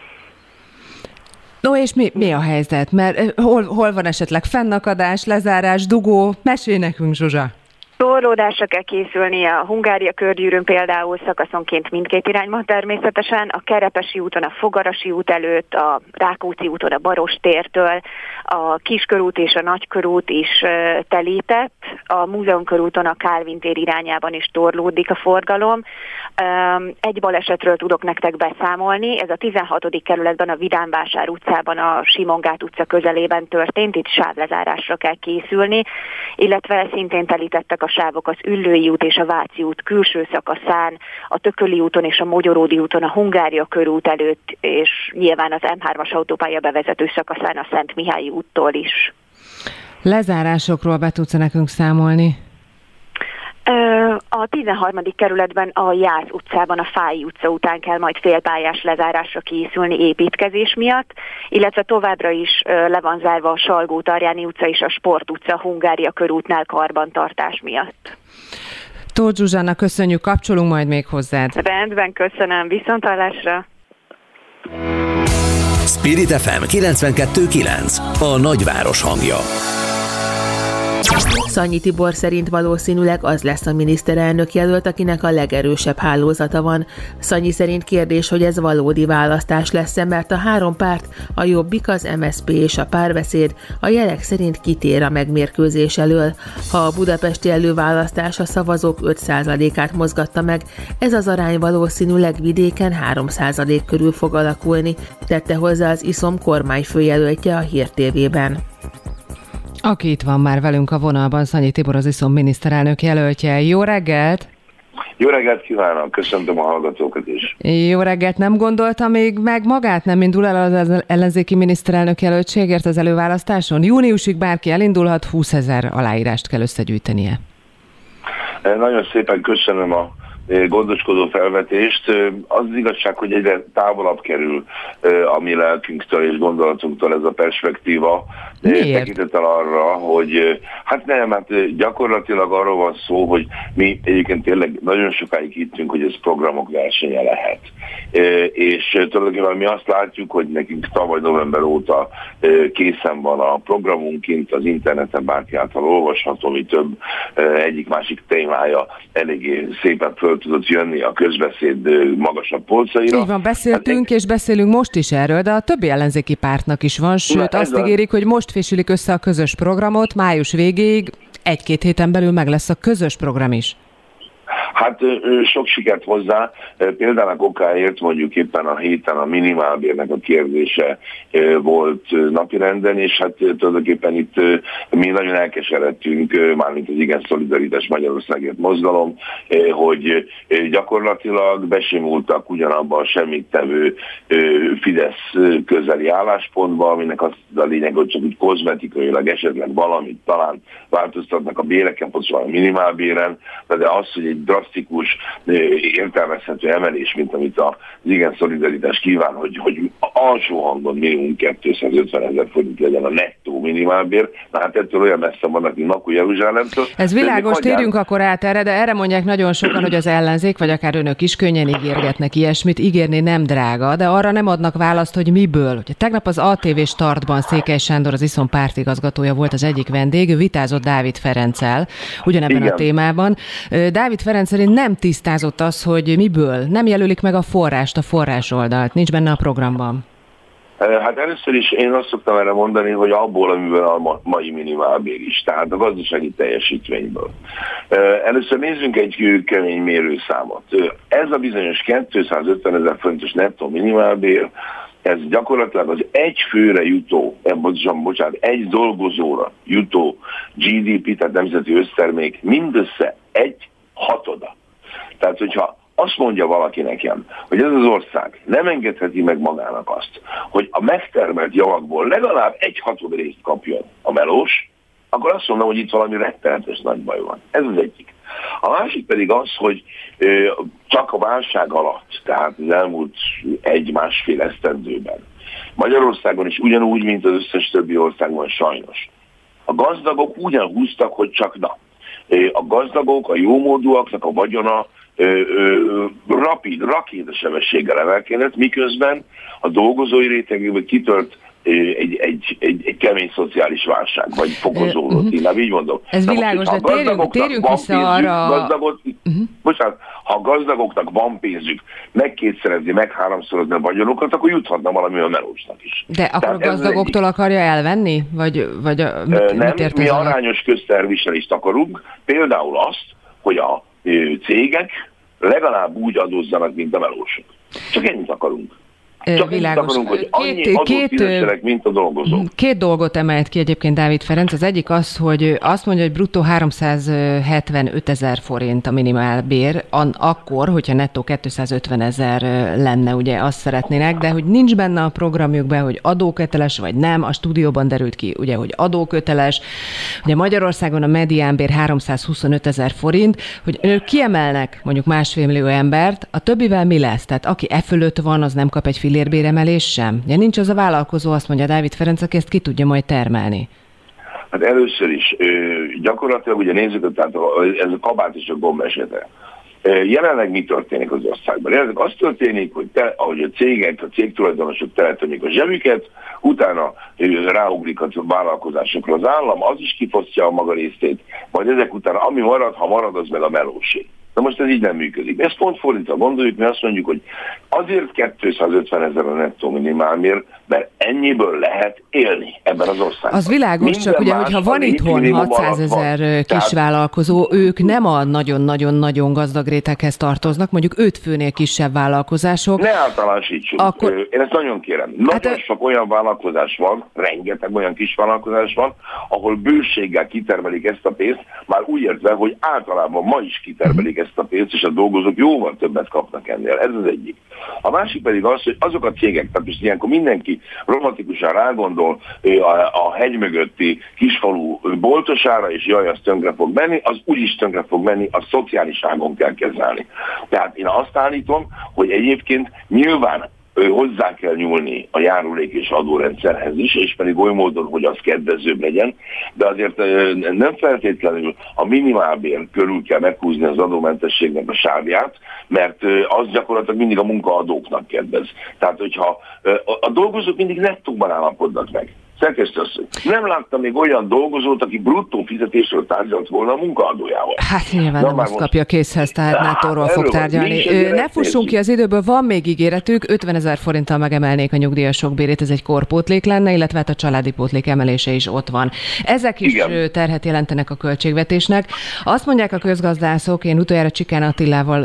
No, és mi a helyzet? Mert hol van esetleg fennakadás, lezárás, dugó? Mesélj nekünk, Zsuzsa! Torlódásra kell készülni a Hungária körgyűrűn például szakaszonként mindkét irányban természetesen, a Kerepesi úton, a Fogarasi út előtt, a Rákóczi úton, a Barostértől, a Kiskörút és a Nagykörút is telített, a Múzeumkörúton a Kálvin tér irányában is torlódik a forgalom. Egy balesetről tudok nektek beszámolni, ez a 16. kerületben a Vidámvásár utcában, a Simongát utca közelében történt, itt sávlezárásra kell készülni, illetve szintén telítettek a sávok az Üllői út és a Váci út külső szakaszán, a Tököli úton és a Mogyoródi úton a Hungária körút előtt, és nyilván az M3-as autópálya bevezető szakaszán a Szent Mihályi úttól is. Lezárásokról be tudsz nekünk számolni? A 13. kerületben a Jász utcában, a Fályi utca után kell majd félpályás lezárásra készülni építkezés miatt, illetve továbbra is le van zárva a Salgó-Tarjáni utca és a Sport utca Hungária körútnál karbantartás miatt. Tóth Zsuzsának köszönjük, kapcsolunk majd még hozzád. Rendben, köszönöm, viszonthallásra. Spirit FM 92.9, a nagyváros hangja. Szanyi Tibor szerint valószínűleg az lesz a miniszterelnök jelölt, akinek a legerősebb hálózata van. Szanyi szerint kérdés, hogy ez valódi választás lesz-e, mert a három párt, a Jobbik, az MSZP és a Párbeszéd a jelek szerint kitér a megmérkőzés elől. Ha a budapesti előválasztás a szavazók 5%-át mozgatta meg, ez az arány valószínűleg vidéken 3% körül fog alakulni, tette hozzá az ISZOM kormányfőjelöltje a Hír TV-ben. Aki itt van már velünk a vonalban, Szanyi Tibor, az ISZOM miniszterelnök jelöltje. Jó reggelt! Jó reggelt kívánok, köszöntöm a hallgatókat is. Jó reggelt, nem gondolta még meg magát, nem indul el az ellenzéki miniszterelnök jelöltségért az előválasztáson? Júniusig bárki elindulhat, 20 000 aláírást kell összegyűjtenie. Nagyon szépen köszönöm a gondoskodó felvetést. Az igazság, hogy egyre távolabb kerül a mi lelkünktől és gondolatunktól ez a perspektíva. Tekintettel arra, hogy gyakorlatilag arról van szó, hogy mi egyébként tényleg nagyon sokáig hittünk, hogy ez programok versenye lehet. És tulajdonképpen mi azt látjuk, hogy nekünk tavaly november óta készen van a programunk kint az interneten bárki által olvasható, mi több egyik-másik témája eléggé szépen föl föl tudott jönni a közbeszéd magasabb polcaira. Így van, beszéltünk és beszélünk most is erről, de a többi ellenzéki pártnak is van, sőt azt ígérik, hogy most fésülik össze a közös programot, május végéig, 1-2 héten belül meg lesz a közös program is. Hát sok sikert hozzá, például okáért mondjuk éppen a héten a minimálbérnek a kérdése volt napirenden, és hát tulajdonképpen itt mi nagyon elkeseredtünk, mármint az Igen Szolidaritás Magyarországért mozgalom, hogy gyakorlatilag besimultak ugyanabban a semmittevő Fidesz közeli álláspontba, aminek az a lényeg, hogy csak úgy kozmetikailag esetleg valamit talán változtatnak a béreken, pontosan a minimálbéren, de az, hogy egy drasztikus, értelmezhető emelés, mint amit az Igen Szolidaritás kíván, hogy alsó hangon minimum 250 000 forint legyen a nettó minimálbér, na hát ettől olyan messze vannak, mint Makó Jeruzsálemtől. Ez világos, térjünk akkor át erre, de erre mondják nagyon sokan, hogy az ellenzék, vagy akár önök is könnyen ígérgetnek ilyesmit, ígérni nem drága, de arra nem adnak választ, hogy miből. Ugye tegnap az ATV Startban Székely Sándor, az Iszon pártigazgatója volt az egyik vendég, ő vitázott Dávid Ferenccel ugyanebben a témában. Dávid Ferenc szerint nem tisztázott az, hogy miből, nem jelölik meg a forrást, a forrásoldalt, nincs benne a programban. Hát először is én azt szoktam erre mondani, hogy abból, amiből a mai minimálbér is, tehát a gazdasági teljesítményből. Először nézzünk egy kemény mérőszámot. Ez a bizonyos 250 000 forintos nettó minimálbér, ez gyakorlatilag az egy főre jutó, egy dolgozóra jutó GDP, tehát nemzeti össztermék mindössze 1/6. Tehát, hogyha azt mondja valaki nekem, hogy ez az ország nem engedheti meg magának azt, hogy a megtermelt javakból legalább 1/6 részt kapjon a melós, akkor azt mondom, hogy itt valami rettenetes nagy baj van. Ez az egyik. A másik pedig az, hogy csak a válság alatt, tehát az elmúlt 1-1,5 esztendőben Magyarországon is ugyanúgy, mint az összes többi országban sajnos. A gazdagok ugyan húztak, hogy csak na. A gazdagok, a jómódúaknak a vagyona rakétasebességgel emelkedett, miközben a dolgozói rétegében kitört egy kemény szociális válság, vagy fokozódott, én így mondom. Ez na világos, de térjünk vissza arra... Bocsánat, ha a gazdagoknak van pénzük megkétszerezni, megháromszorozni a vagyonokat, akkor juthatna valami a melósnak is. De akkor a gazdagoktól akarja elvenni? Vagy mit mi arányos közterviselést akarunk, például azt, hogy a cégek legalább úgy adózzanak, mint a melósok. Csak ennyit akarunk. Csak világos. Akarunk, hogy annyi adót fizessenek, mint a dolgozók. 2 dolgot emelt ki egyébként Dávid Ferenc. Az egyik az, hogy azt mondja, hogy bruttó 375 000 forint a minimálbér, akkor, hogyha nettó 250 000 lenne, ugye azt szeretnének, de hogy nincs benne a programjukban, hogy adóköteles vagy nem, a stúdióban derült ki, ugye, hogy adóköteles. Ugye Magyarországon a mediánbér 325 000 forint, hogy ők kiemelnek mondjuk 1,5 millió embert, a többivel mi lesz? Tehát aki fölött van, az nem kap egy fillérbéremelés sem? Ja, nincs az a vállalkozó, azt mondja Dávid Ferenc, aki ezt ki tudja majd termelni. Hát először is, gyakorlatilag ugye nézzük, tehát ez a kabát és a gomb esete. Jelenleg mi történik az országban? Jelenleg az történik, hogy ahogy a cégek, a cégtulajdonosok teletömik a zsebüket, utána ráugrik a vállalkozásokra az állam, az is kifosztja a maga részét, majd ezek után, ami marad, ha marad, az meg a melóség. Na most ez így nem működik. Ezt pont fordítva gondoljuk, mi azt mondjuk, hogy azért 250 000 a nettó minimálbér, mert ennyiből lehet élni ebben az országban. Az világos, minden csak ugye, hogyha van itthon 600 000 kisvállalkozó, ők nem a nagyon-nagyon-nagyon gazdag réteghez tartoznak, mondjuk 5 főnél kisebb vállalkozások. Ne általánosítsuk. Akkor... Én ezt nagyon kérem. Nagyon sok olyan vállalkozás van, rengeteg olyan kisvállalkozás van, ahol bőséggel kitermelik ezt a pénzt, már úgy értve, hogy általában ma is kitermelik ezt a pénzt, és a dolgozók jóval többet kapnak ennél. Ez az egyik. A másik pedig az, hogy azok a cégek, tehát most ilyenkor mindenki romantikusan rágondol a hegy mögötti kisfalu boltosára, és jaj, az tönkre fog menni, az úgyis tönkre fog menni, a szociális ágon kell kezelni. Tehát én azt állítom, hogy egyébként nyilván hozzá kell nyúlni a járulék és adórendszerhez is, és pedig oly módon, hogy az kedvezőbb legyen, de azért nem feltétlenül a minimálbér körül kell meghúzni az adómentességnek a sávját, mert az gyakorlatilag mindig a munkaadóknak kedvez. Tehát, hogyha a dolgozók mindig nettóban állapodnak meg. szerkesztő asszony, nem láttam még olyan dolgozót, aki bruttó fizetésről tárgyalt volna a munkaadójával. Hát nyilván nem azt kapja készhez, tehát nettóról fog tárgyalni. Ne fussunk ki az időből, van még ígéretük, 50 000 forinttal megemelnék a nyugdíjasok bérét, ez egy korpótlék lenne, illetve hát a családi pótlék emelése is ott van. Ezek is terhet jelentenek a költségvetésnek. Azt mondják a közgazdászok, én utoljára Csikán Attilával,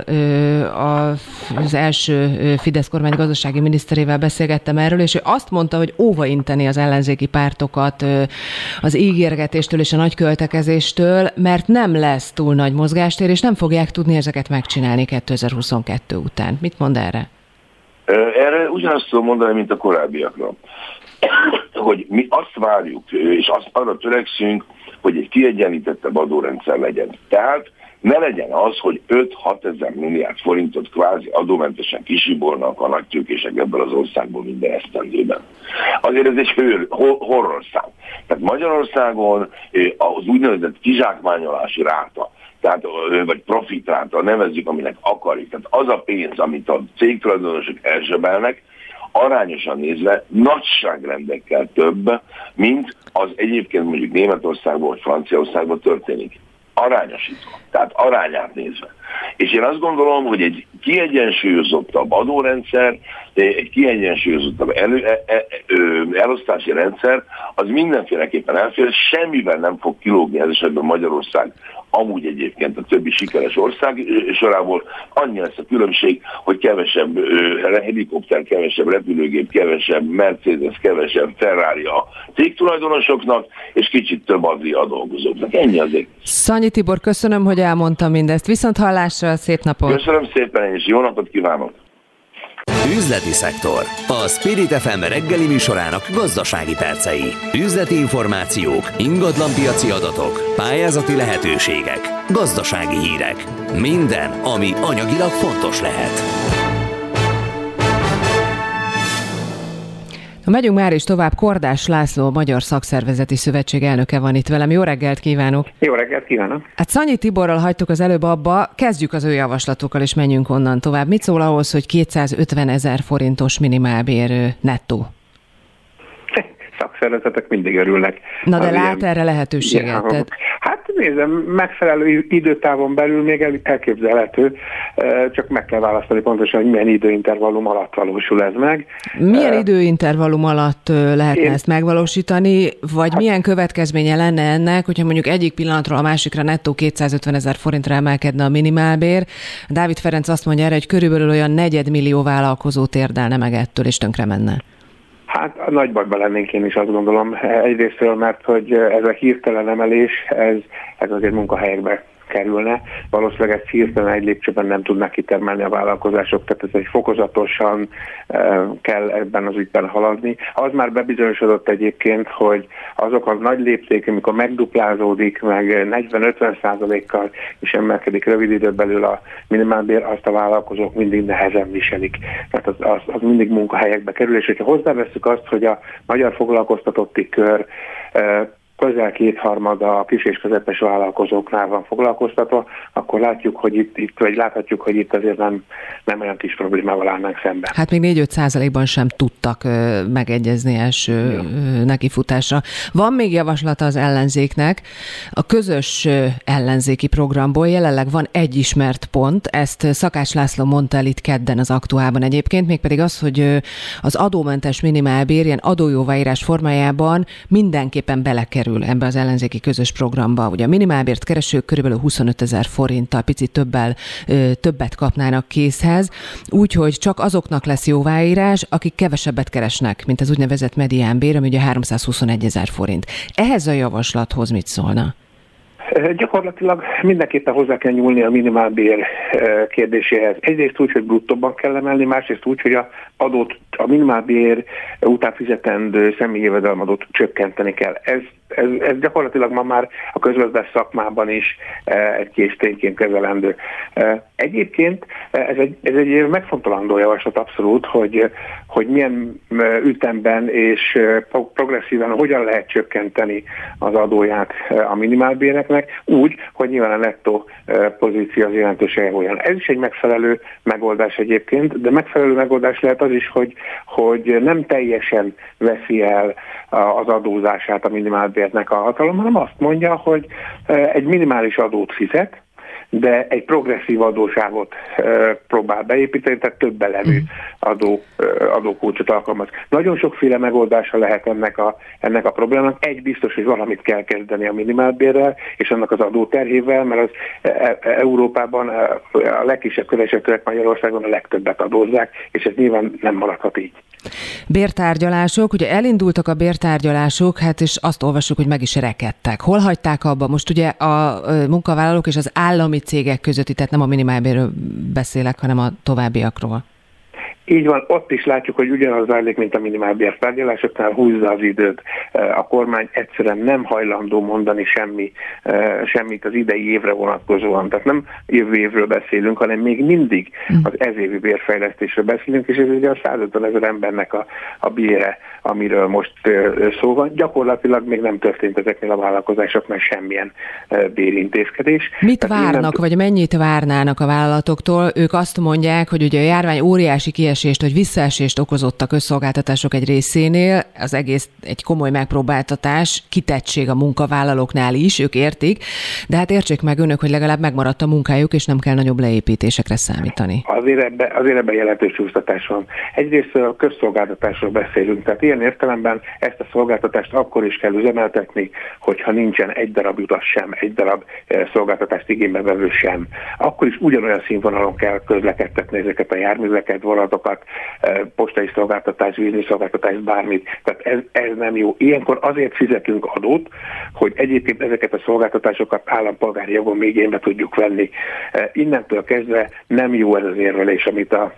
az első Fidesz kormány gazdasági miniszterével beszélgettem erről, és ő azt mondta, hogy óvainteni az ellenzéki pártokat az ígérgetéstől és a nagy költekezéstől, mert nem lesz túl nagy mozgástér, és nem fogják tudni ezeket megcsinálni 2022 után. Mit mond erre? Erre ugyanazt tudom mondani, mint a korábbiakra. Hogy mi azt várjuk, és arra törekszünk, hogy egy kiegyenlítettebb adórendszer legyen. Tehát ne legyen az, hogy 5-6 ezer milliárd forintot kvázi adómentesen kisibolnak a nagytőkések ebből az országból minden esztendőben. Azért ez egy horrorszám. Tehát Magyarországon az úgynevezett kizsákmányolási ráta, tehát, vagy profitráta, nevezzük, aminek akarjuk. Tehát az a pénz, amit a cégtulajdonosok elzsebelnek, arányosan nézve nagyságrendekkel több, mint az egyébként mondjuk Németországban vagy Franciaországban történik. Arányosítva, tehát arányát nézve. És én azt gondolom, hogy egy kiegyensúlyozottabb adórendszer, egy kiegyensúlyozottabb elosztási rendszer, az mindenféleképpen elfér, semmiben nem fog kilógni ez esetben Magyarország, amúgy egyébként a többi sikeres ország sorából. Annyi lesz a különbség, hogy kevesebb helikopter, kevesebb repülőgép, kevesebb Mercedes, kevesebb Ferrari a cégtulajdonosoknak, és kicsit több a dolgozóknak. Ennyi azért. Szanyi Tibor, köszönöm, hogy elmondtam mindezt. Viszont hallásra, szép napot! Köszönöm szépen, és jó napot kívánok! Üzleti szektor. A Spirit FM reggeli műsorának gazdasági percei. Üzleti információk, ingatlanpiaci adatok, pályázati lehetőségek, gazdasági hírek. Minden, ami anyagilag fontos lehet. Megyünk már is tovább. Kordás László, a Magyar Szakszervezeti Szövetség elnöke van itt velem. Jó reggelt kívánok! Jó reggelt kívánok! Hát Szanyi Tiborral hagytuk az előbb abba, kezdjük az ő javaslatokkal, és menjünk onnan tovább. Mit szól ahhoz, hogy 250 000 forintos minimálbér nettó? Szakszervezetek mindig örülnek. Na de lát erre lehetőséget? Hát nézem, megfelelő időtávon belül még elképzelhető, csak meg kell választani pontosan, hogy milyen időintervallum alatt valósul ez meg. Milyen időintervallum alatt lehetne ezt megvalósítani, vagy milyen következménye lenne ennek, hogyha mondjuk egyik pillanatról a másikra nettó 250 000 forintra emelkedne a minimálbér? Dávid Ferenc azt mondja erre, hogy körülbelül olyan 4 millió vállalkozó térdelne meg ettől, és tönkre menne. Hát nagy bajban lennénk, én is azt gondolom. Egyrésztről, mert hogy ez a hirtelen emelés, ez azért munkahelyekbe kerülne. Valószínűleg ezt hirtelen egy lépcsőben nem tudnak kitermelni a vállalkozások, tehát ez egy fokozatosan kell ebben az ügyben haladni. Az már bebizonyosodott egyébként, hogy azok a nagy lépték, amikor megduplázódik, meg 40-50%-kal is emelkedik rövid időn belül a minimálbér, azt a vállalkozók mindig nehezen viselik. Tehát az mindig munkahelyekbe kerül, és hogyha hozzáveszünk azt, hogy a magyar foglalkoztatotti kör közel 2/3 a kis és közepes vállalkozóknál van foglalkoztatva, akkor láthatjuk, hogy itt azért nem olyan kis problémával állnánk szemben. Hát még 4-5%-ban sem tudtak megegyezni első nekifutásra. Van még javaslata az ellenzéknek. A közös ellenzéki programból jelenleg van egy ismert pont, ezt Szakács László mondta el itt kedden az Aktuálban egyébként, mégpedig az, hogy az adómentes minimálbér ilyen adójóváírás formájában mindenképpen belekerül ebbe az ellenzéki közös programba. Ugye a minimálbért keresők körülbelül 25 000 forinttal, picit többet kapnának készhez, úgyhogy csak azoknak lesz jóváírás, akik kevesebbet keresnek, mint az úgynevezett mediánbér, ami ugye 321 000 forint. Ehhez a javaslathoz mit szólna? Gyakorlatilag mindenképpen hozzá kell nyúlni a minimálbér kérdéséhez. Egyrészt úgy, hogy bruttóban kell emelni, másrészt úgy, hogy a minimálbér után fizetendő személyi jövedelemadót csökkenteni kell. Ez ez gyakorlatilag ma már a közgazdász szakmában is egy késtényként kezelendő. Egyébként ez egy megfontolandó javaslat abszolút, hogy milyen ütemben és progresszíven hogyan lehet csökkenteni az adóját a minimálbéreknek, úgy, hogy nyilván a nettó pozíció az jelentősen javuljon. Ez is egy megfelelő megoldás egyébként, de megfelelő megoldás lehet az is, hogy nem teljesen veszi el az adózását a minimálbérnek a hatalom, hanem azt mondja, hogy egy minimális adót fizet, de egy progresszív adósávot próbál beépíteni, tehát több elemű adókulcsot alkalmaz. Nagyon sokféle megoldása lehet ennek a problémának. Egy biztos, hogy valamit kell kezdeni a minimálbérrel, és annak az adóterhével, mert az Európában a legkisebb keresetűek Magyarországon a legtöbbet adózzák, és ez nyilván nem maradhat így. Bértárgyalások, ugye elindultak a bértárgyalások, hát és azt olvassuk, hogy meg is rekedtek. Hol hagyták abba? Most ugye a munkavállalók és az állami cégek közötti, tehát nem a minimálbérről beszélek, hanem a továbbiakról. Így van, ott is látjuk, hogy ugyanaz zajlik, mint a minimálbér tárgyalásoknál, húzza az időt. A kormány egyszerűen nem hajlandó mondani semmit az idei évre vonatkozóan. Tehát nem jövő évről beszélünk, hanem még mindig az ezévi bérfejlesztésről beszélünk, és ez ugye a 150 000 embernek a bére, amiről most szó van. Gyakorlatilag még nem történt ezeknél a vállalkozásoknál semmilyen bérintézkedés. Mit várnak, vagy mennyit várnának a vállalatoktól? Ők azt mondják, hogy ugye a járvány óriási kiesést, vagy visszaesést okozott a közszolgáltatások egy részénél, az egész egy komoly megpróbáltatás, kitettség a munkavállalóknál is, ők értik, de hát értsék meg önök, hogy legalább megmaradt a munkájuk, és nem kell nagyobb leépítésekre számítani. Azért ebben jelentős csúsztatás van. Egyrészt a közszolgáltatásról beszélünk, tehát ilyen értelemben ezt a szolgáltatást akkor is kell üzemeltetni, hogyha nincsen egy darab utas sem, egy darab szolgáltatást igénybe vevő sem. Akkor is ugyanolyan színvonalon kell közlekedtetni ezeket a járműveket, vonatokat, postai szolgáltatás, vízni szolgáltatás, bármit. Tehát ez nem jó. Ilyenkor azért fizetünk adót, hogy egyébként ezeket a szolgáltatások állampolgári jogon még igénybe tudjuk venni. Innentől kezdve nem jó ez az érvelés, amit a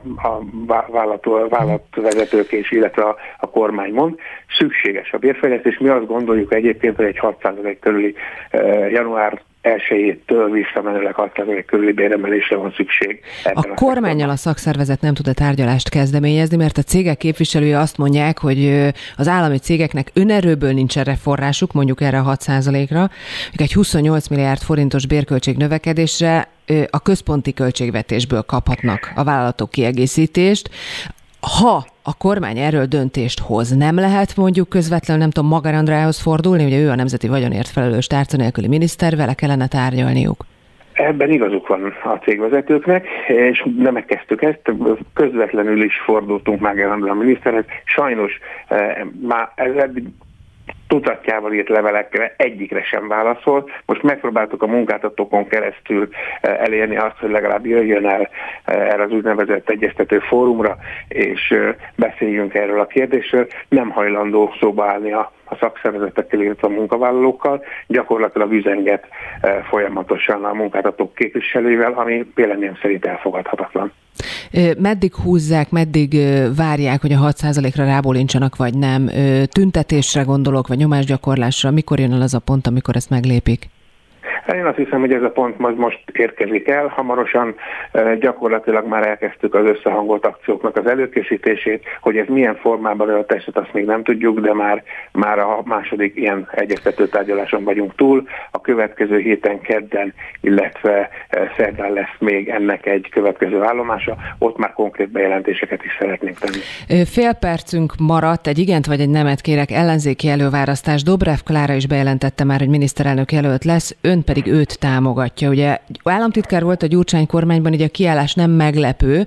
vállalatvezetők és illetve a kormány mond. Szükséges a bérfejlesztés. Mi azt gondoljuk egyébként, hogy egy 6% körüli január 1-től visszamenőleg 6% körüli béremelésre van szükség. A kormánnyal a szakszervezet nem tud a tárgyalást kezdeményezni, mert a cégek képviselői azt mondják, hogy az állami cégeknek önerőből nincs erre forrásuk, mondjuk erre a 6%-ra, egy 28 milliárd forintos bérköltség növekedésre a központi költségvetésből kaphatnak a vállalatok kiegészítést. Ha a kormány erről döntést hoz, nem lehet mondjuk közvetlenül, nem tudom, Magyar Andrához fordulni, ugye ő a nemzeti vagyonért felelős tárca nélküli miniszter, vele kellene tárgyalniuk. Ebben igazuk van a cégvezetőknek, és nem megkezdtük ezt, közvetlenül is fordultunk Magyar Andrá miniszterhez. Sajnos már ez eddig tucatjával írt levelekre egyikre sem válaszol. Most megpróbáltuk a munkáltatókon keresztül elérni azt, hogy legalább jöjjön el erre az úgynevezett egyeztető fórumra, és beszéljünk erről a kérdésről. Nem hajlandó szóba állni a szakszervezetekkel, illetve a munkavállalókkal, gyakorlatilag üzenget folyamatosan a munkáltatók képviselőivel, ami véleményem szerint elfogadhatatlan. Meddig húzzák, meddig várják, hogy a 6%-ra rábólincsanak, vagy nem? Tüntetésre gondolok, vagy nyomásgyakorlásra? Mikor jön el az a pont, amikor ezt meglépik? Én azt hiszem, hogy ez a pont most érkezik el. Hamarosan gyakorlatilag már elkezdtük az összehangolt akcióknak az előkészítését, hogy ez milyen formában öltesett, azt még nem tudjuk, de már a második ilyen egyeztető tárgyaláson vagyunk túl. A következő héten kedden, illetve szerdán lesz még ennek egy következő állomása. Ott már konkrét bejelentéseket is szeretnénk tenni. Fél percünk maradt, egy igent vagy egy nemet kérek, ellenzéki előválasztás. Dobrev Klára is bejelentette már, hogy miniszterelnök jelölt lesz, ön pedig őt támogatja. Ugye államtitkár volt a Gyurcsány kormányban, így a kiállás nem meglepő,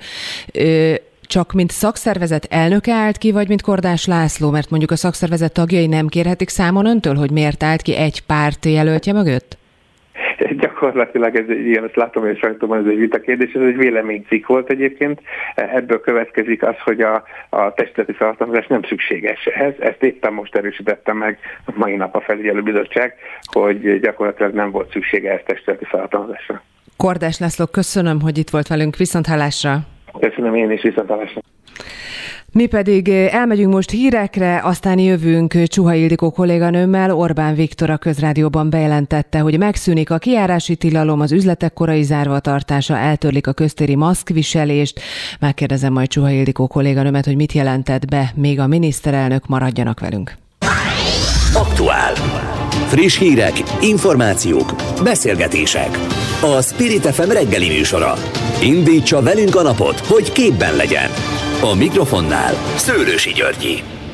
csak mint szakszervezet elnöke állt ki, vagy mint Kordás László, mert mondjuk a szakszervezet tagjai nem kérhetik számon öntől, hogy miért állt ki egy párt jelöltje mögött? Gyakorlatilag ez ilyen, ezt látom, hogy sajtóban ez egy vitakérdés, ez egy véleménycikk volt egyébként. Ebből következik az, hogy a testületi felhatalmazás nem szükséges ehhez. Ezt éppen most erősítette meg a mai nap a felügyelőbizottság, hogy gyakorlatilag nem volt szüksége ezt testületi felhatalmazásra. Kordás László, köszönöm, hogy itt volt velünk. Viszonthallásra. Köszönöm én is, viszonthallásra. Mi pedig elmegyünk most hírekre, aztán jövünk Csuha Ildikó kolléganőmmel. Orbán Viktor a Közrádióban bejelentette, hogy megszűnik a kijárási tilalom, az üzletek korai zárvatartása, eltörlik a köztéri maszkviselést. Megkérdezem majd Csuha Ildikó kolléganőmet, hogy mit jelentett be még a miniszterelnök, maradjanak velünk. Aktuál. Friss hírek, információk, beszélgetések. A Spirit FM reggeli műsora. Indítsa velünk a napot, hogy képben legyen. A mikrofonnál Szőlősi Györgyi.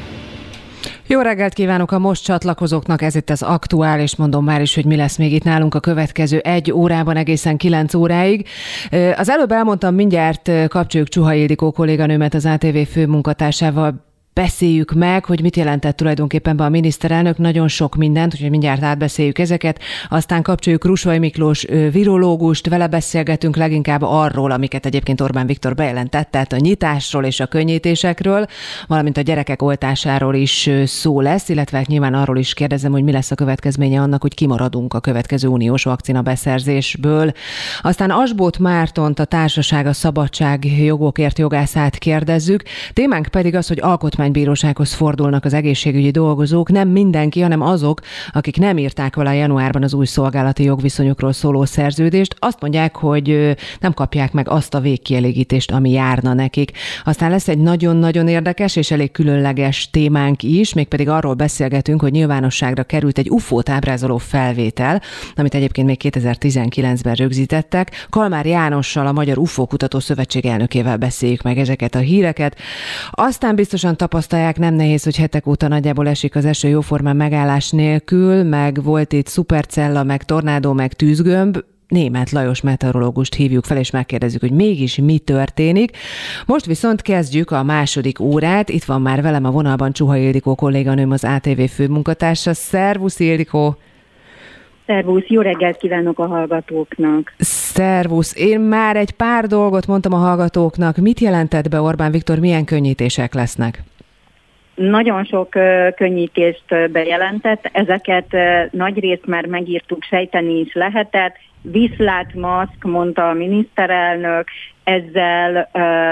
Jó reggelt kívánok a most csatlakozóknak, ez itt az Aktuál, és mondom már is, hogy mi lesz még itt nálunk a következő 1 órában egészen 9 óráig. Az előbb elmondtam, mindjárt kapcsoljuk Csuha Ildikó kolléganőmet, az ATV főmunkatársával, beszéljük meg, hogy mit jelentett tulajdonképpen be a miniszterelnök, nagyon sok mindent, úgyhogy mindjárt átbeszéljük ezeket. Aztán kapcsoljuk Rusvaj Miklós virológust, vele beszélgetünk leginkább arról, amiket egyébként Orbán Viktor bejelentett, tehát a nyitásról és a könnyítésekről, valamint a gyerekek oltásáról is szó lesz, illetve nyilván arról is kérdezem, hogy mi lesz a következménye annak, hogy kimaradunk a következő uniós vakcina beszerzésből. Aztán Asbóth Mártont, a Társaság a Szabadság jogokért jogászát kérdezzük. Témánk pedig az, hogy alkotmánybírósághoz fordulnak az egészségügyi dolgozók, nem mindenki, hanem azok, akik nem írták alá januárban az új szolgálati jogviszonyokról szóló szerződést. Azt mondják, hogy nem kapják meg azt a végkielégítést, ami járna nekik. Aztán lesz egy nagyon-nagyon érdekes és elég különleges témánk is, mégpedig arról beszélgetünk, hogy nyilvánosságra került egy UFO-t ábrázoló felvétel, amit egyébként még 2019-ben rögzítettek. Kalmár Jánossal, a Magyar UFO Kutató Szövetség elnökével beszéljük meg ezeket a híreket. Aztán biztosan tapasztalják, nem nehéz, hogy hetek óta nagyjából esik az eső jóformán megállás nélkül, meg volt itt szupercella, meg tornádó, meg tűzgömb. Németh Lajos meteorológust hívjuk fel, és megkérdezzük, hogy mégis mi történik. Most viszont kezdjük a második órát. Itt van már velem a vonalban Csuha Ildikó kolléganőm, az ATV főmunkatársa. Szervusz, Ildikó! Szervusz, jó reggelt kívánok a hallgatóknak! Szervusz! Én már egy pár dolgot mondtam a hallgatóknak. Mit jelentett be Orbán Viktor, milyen könnyítések lesznek? Nagyon sok könnyítést bejelentett, ezeket nagyrészt már megírtuk, sejteni is lehetett. Viszlát-maszk, mondta a miniszterelnök, ezzel,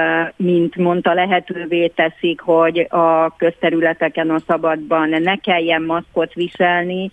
mint mondta, lehetővé teszik, hogy a közterületeken, a szabadban ne kelljen maszkot viselni.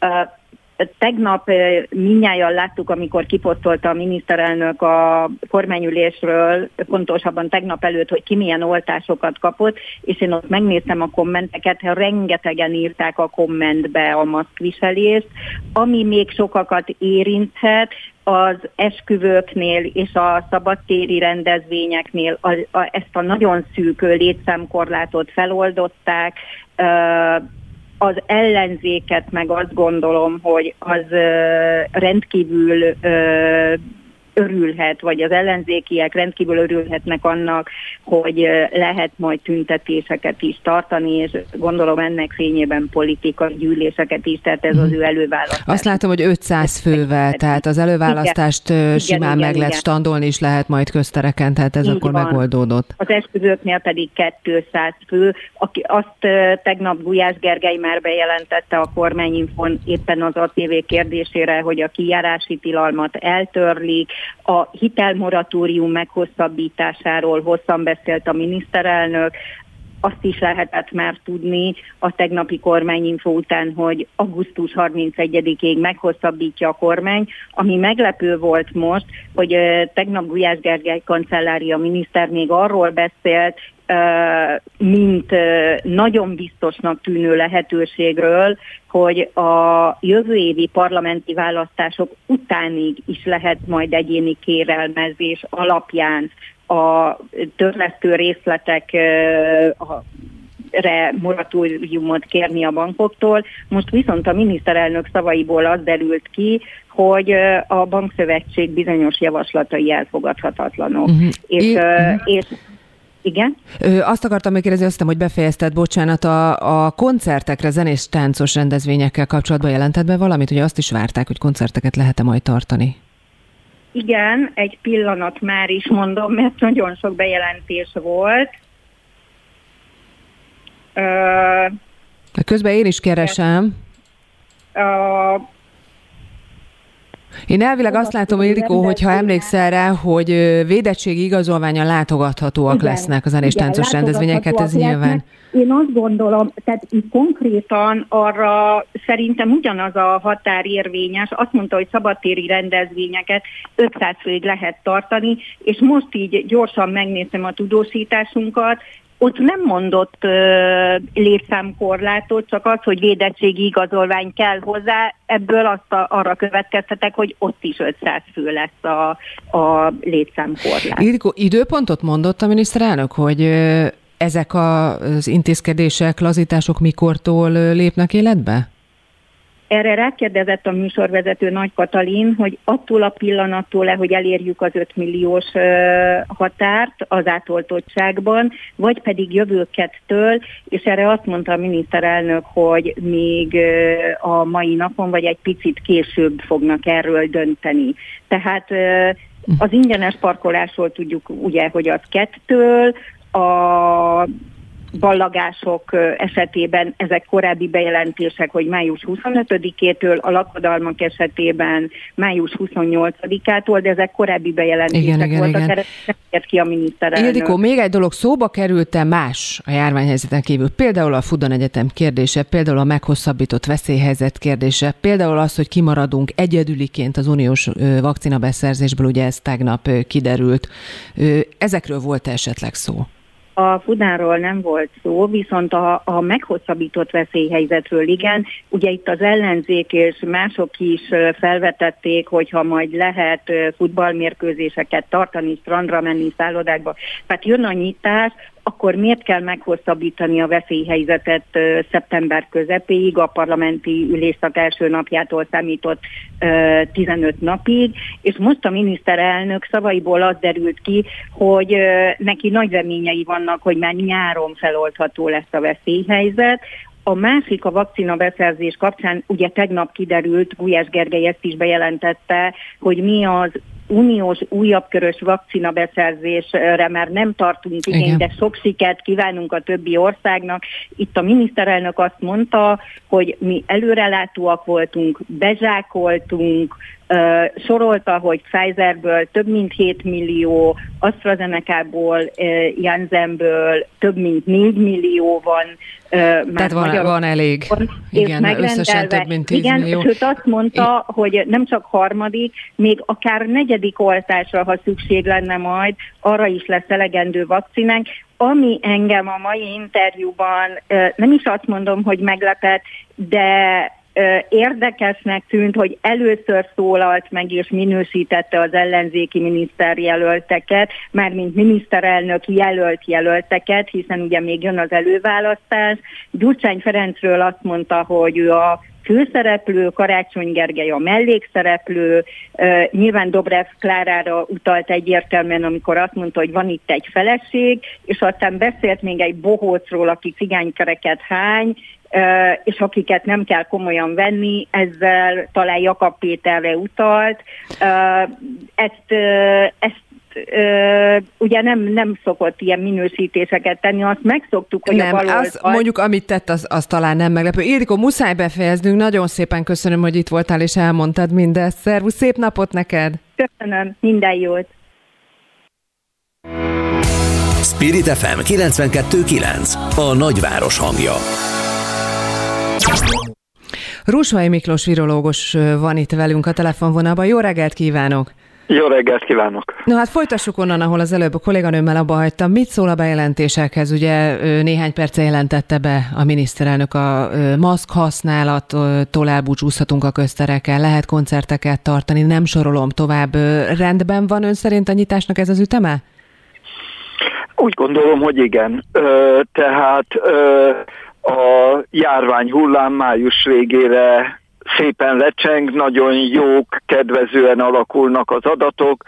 Tegnap mindnyájan láttuk, amikor kiposztolta a miniszterelnök a kormányülésről, pontosabban tegnap előtt, hogy ki milyen oltásokat kapott, és én ott megnéztem a kommenteket, rengetegen írták a kommentbe a maszkviselést, ami még sokakat érinthet, az esküvőknél és a szabadtéri rendezvényeknél ezt a nagyon szűk létszámkorlátot feloldották. Az ellenzéket meg azt gondolom, hogy az rendkívül örülhet, vagy az ellenzékiek rendkívül örülhetnek annak, hogy lehet majd tüntetéseket is tartani, és gondolom ennek fényében politikai gyűléseket is, tehát ez az ő előválasztás. Azt látom, hogy 500 fővel, tehát az előválasztást simán meg lehet standolni, is lehet majd köztereken, tehát ez így akkor van. Megoldódott. Az esküvőknél pedig 200 fő. Azt tegnap Gulyás Gergely már bejelentette a kormányinfon éppen az ATV kérdésére, hogy a kijárási tilalmat eltörlik, a hitelmoratórium meghosszabbításáról hosszan beszélt a miniszterelnök, azt is lehetett már tudni a tegnapi kormányinfo után, hogy augusztus 31-ig meghosszabbítja a kormány. Ami meglepő volt most, hogy tegnap Gulyás Gergely kancellária miniszter még arról beszélt, mint nagyon biztosnak tűnő lehetőségről, hogy a jövő évi parlamenti választások utánig is lehet majd egyéni kérelmezés alapján a törlesztő részletekre moratóriumot kérni a bankoktól. Most viszont a miniszterelnök szavaiból az derült ki, hogy a bankszövetség bizonyos javaslatai elfogadhatatlanok. És igen? Azt akartam még kérdezni, azt hiszem, hogy befejezted, bocsánat, a koncertekre, zenés táncos rendezvényekkel kapcsolatban jelentett be valamit, ugye azt is várták, hogy koncerteket lehet-e majd tartani? Igen, egy pillanat már is mondom, mert nagyon sok bejelentés volt. Közben én is keresem. Én elvileg azt látom, Ildikó, hogyha emlékszel rá, hogy védettségi igazolványon látogathatóak lesznek az elistáncos rendezvényeket, ez nyilván. Én azt gondolom, tehát itt konkrétan arra szerintem ugyanaz a határ érvényes, azt mondta, hogy szabadtéri rendezvényeket 500 főig lehet tartani, és most így gyorsan megnéztem a tudósításunkat, ott nem mondott létszámkorlátot, csak az, hogy védettségi igazolvány kell hozzá, ebből arra következtetek, hogy ott is 500 fő lesz a létszámkorlát. Ildikó, időpontot mondott a miniszterelnök, hogy ezek az intézkedések, lazítások mikortól lépnek életbe? Erre rákérdezett a műsorvezető Nagy Katalin, hogy attól a pillanattól, hogy elérjük az 5 milliós határt az átoltottságban, vagy pedig jövőkettől, és erre azt mondta a miniszterelnök, hogy még a mai napon, vagy egy picit később fognak erről dönteni. Tehát az ingyenes parkolásról tudjuk ugye, hogy az 2-től, a ballagások esetében ezek korábbi bejelentések, hogy május 25-től, a lakodalmak esetében május 28-ától, de ezek korábbi bejelentések voltak, erre nem ért ki a miniszterelnök. Ildikó, még egy dolog, szóba került-e más a járványhelyzeten kívül? Például a Fudan Egyetem kérdése, például a meghosszabbított veszélyhelyzet kérdése, például az, hogy kimaradunk egyedüliként az uniós vakcinabeszerzésből, ugye ez tegnap kiderült. Ezekről volt esetleg szó? A Fudánról nem volt szó, viszont a meghosszabbított veszélyhelyzetről igen. Ugye itt az ellenzék és mások is felvetették, hogyha majd lehet futballmérkőzéseket tartani, strandra menni, szállodákba. Tehát jön a nyitás, akkor miért kell meghosszabbítani a veszélyhelyzetet szeptember közepéig, a parlamenti ülésszak első napjától számított 15 napig, és most a miniszterelnök szavaiból az derült ki, hogy neki nagy reményei vannak, hogy már nyáron feloldható lesz a veszélyhelyzet. A másik, a vakcina beszerzés kapcsán ugye tegnap kiderült, Gulyás Gergely ezt is bejelentette, hogy mi az uniós újabb körös vakcina beszerzésre már nem tartunk igényt, de sok sikert kívánunk a többi országnak. Itt a miniszterelnök azt mondta, hogy mi előrelátóak voltunk, bezsákoltunk, sorolta, hogy Pfizerből több mint 7 millió, AstraZeneca-ból, Janssenből több mint 4 millió van. Tehát van elég. Igen, összesen több mint 10 millió. Sőt azt mondta, hogy nem csak harmadik, még akár negyedik oltásra, ha szükség lenne majd, arra is lesz elegendő vakcinánk. Ami engem a mai interjúban, nem is azt mondom, hogy meglepett, de érdekesnek tűnt, hogy először szólalt meg és minősítette az ellenzéki miniszterjelölteket, mármint miniszterelnök jelölteket, hiszen ugye még jön az előválasztás. Gyurcsány Ferencről azt mondta, hogy ő a főszereplő, Karácsony Gergely a mellékszereplő, nyilván Dobrev Klárára utalt egyértelműen, amikor azt mondta, hogy van itt egy feleség, és aztán beszélt még egy bohócról, aki cigánykereket hány, és akiket nem kell komolyan venni, ezzel talán Jakab Péterre utalt. Ezt ugye nem szokott ilyen minősítéseket tenni, azt megszoktuk, hogy nem, a baloldal... mondjuk, amit tett, az talán nem meglepő. Ildikó, muszáj befejeznünk, nagyon szépen köszönöm, hogy itt voltál és elmondtad mindezt. Szervusz, szép napot neked! Köszönöm, minden jót! Spirit FM 92.9, a nagyváros hangja. Rusvai Miklós virológus van itt velünk a telefonvonalban. Jó reggelt kívánok! Jó reggelt kívánok! No hát folytassuk onnan, ahol az előbb a kolléganőmmel abba hagytam. Mit szól a bejelentésekhez? Ugye néhány perce jelentette be a miniszterelnök a maszk használattól elbúcsúzhatunk a köztereken, lehet koncerteket tartani, nem sorolom tovább. Rendben van ön szerint a nyitásnak ez az üteme? Úgy gondolom, hogy igen. Tehát a járvány hullám május végére szépen lecseng, nagyon jók, kedvezően alakulnak az adatok.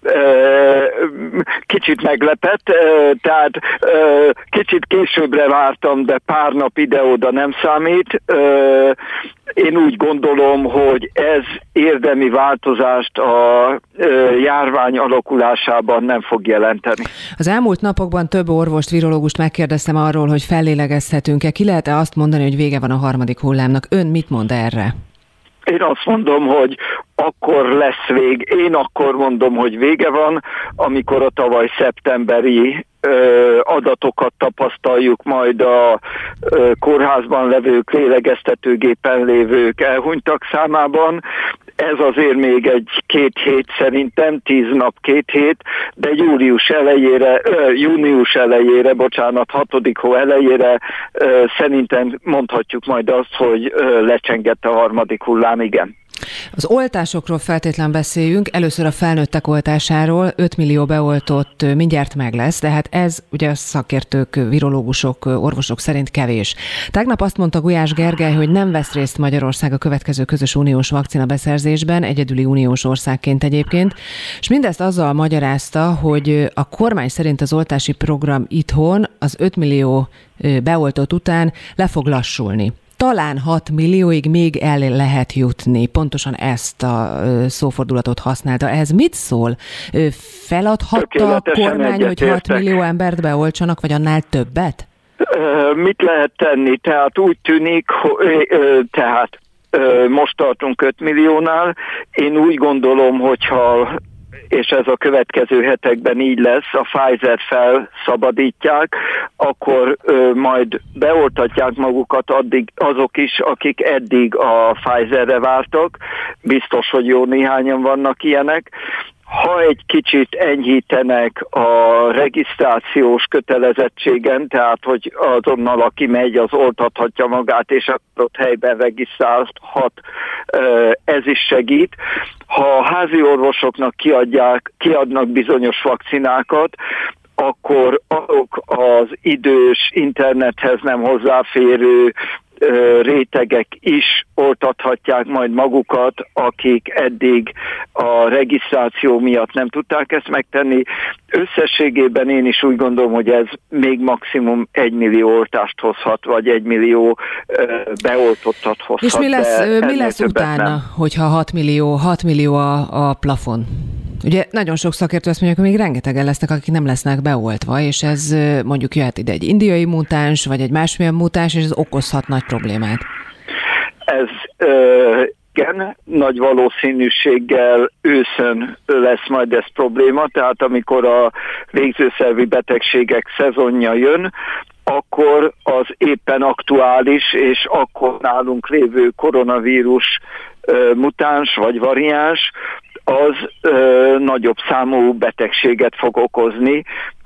Kicsit meglepett, tehát kicsit későbbre vártam, de pár nap ide-oda nem számít. Én úgy gondolom, hogy ez érdemi változást a járvány alakulásában nem fog jelenteni. Az elmúlt napokban több orvost, virológust megkérdeztem arról, hogy fellélegezhetünk-e. Ki lehet-e azt mondani, hogy vége van a harmadik hullámnak? Ön mit mond erre? Én azt mondom, hogy akkor lesz én akkor mondom, hogy vége van, amikor a tavaly szeptemberi adatokat tapasztaljuk majd a kórházban levők, lélegeztetőgépen lévők elhunytak számában. Ez azért még egy 2 hét szerintem, 10 nap 2 hét, de június elejére, 6. hó elejére szerintem mondhatjuk majd azt, hogy lecsengett a harmadik hullám, igen. Az oltásokról feltétlen beszéljünk, először a felnőttek oltásáról, 5 millió beoltott mindjárt meg lesz, de hát ez ugye a szakértők, virológusok, orvosok szerint kevés. Tegnap azt mondta Gulyás Gergely, hogy nem vesz részt Magyarország a következő közös uniós vakcina beszerzésben, egyedüli uniós országként egyébként, és mindezt azzal magyarázta, hogy a kormány szerint az oltási program itthon az 5 millió beoltott után le fog lassulni. Talán 6 millióig még el lehet jutni. Pontosan ezt a szófordulatot használta. Ehhez mit szól? Feladhatta a kormány, hogy 6 millió embert beoltsanak, vagy annál többet? Mit lehet tenni? Tehát úgy tűnik, most tartunk 5 milliónál. Én úgy gondolom, hogyha és ez a következő hetekben így lesz, a Pfizer felszabadítják, akkor majd beoltatják magukat addig azok is, akik eddig a Pfizerre vártak. Biztos, hogy jó néhányan vannak ilyenek. Ha egy kicsit enyhítenek a regisztrációs kötelezettségen, tehát hogy azonnal aki megy, az oltathatja magát, és ott helyben regisztrálhat, ez is segít. Ha a házi orvosoknak kiadnak bizonyos vakcinákat, akkor azok az idős, internethez nem hozzáférő rétegek is oltathatják majd magukat, akik eddig a regisztráció miatt nem tudták ezt megtenni. Összességében én is úgy gondolom, hogy ez még maximum 1 millió oltást hozhat, vagy 1 millió beoltottat hozhat. És mi lesz utána, nem, hogyha 6 millió a plafon? Ugye nagyon sok szakértő azt mondják, hogy még rengetegen lesznek, akik nem lesznek beoltva, és ez mondjuk jöhet ide egy indiai mutáns, vagy egy másmilyen mutáns, és ez okozhat nagy problémát. Ez igen, nagy valószínűséggel őszön lesz majd ez probléma, tehát amikor a végzőszervi betegségek szezonja jön, akkor az éppen aktuális, és akkor nálunk lévő koronavírus mutáns vagy variáns, az nagyobb számú betegséget fog okozni.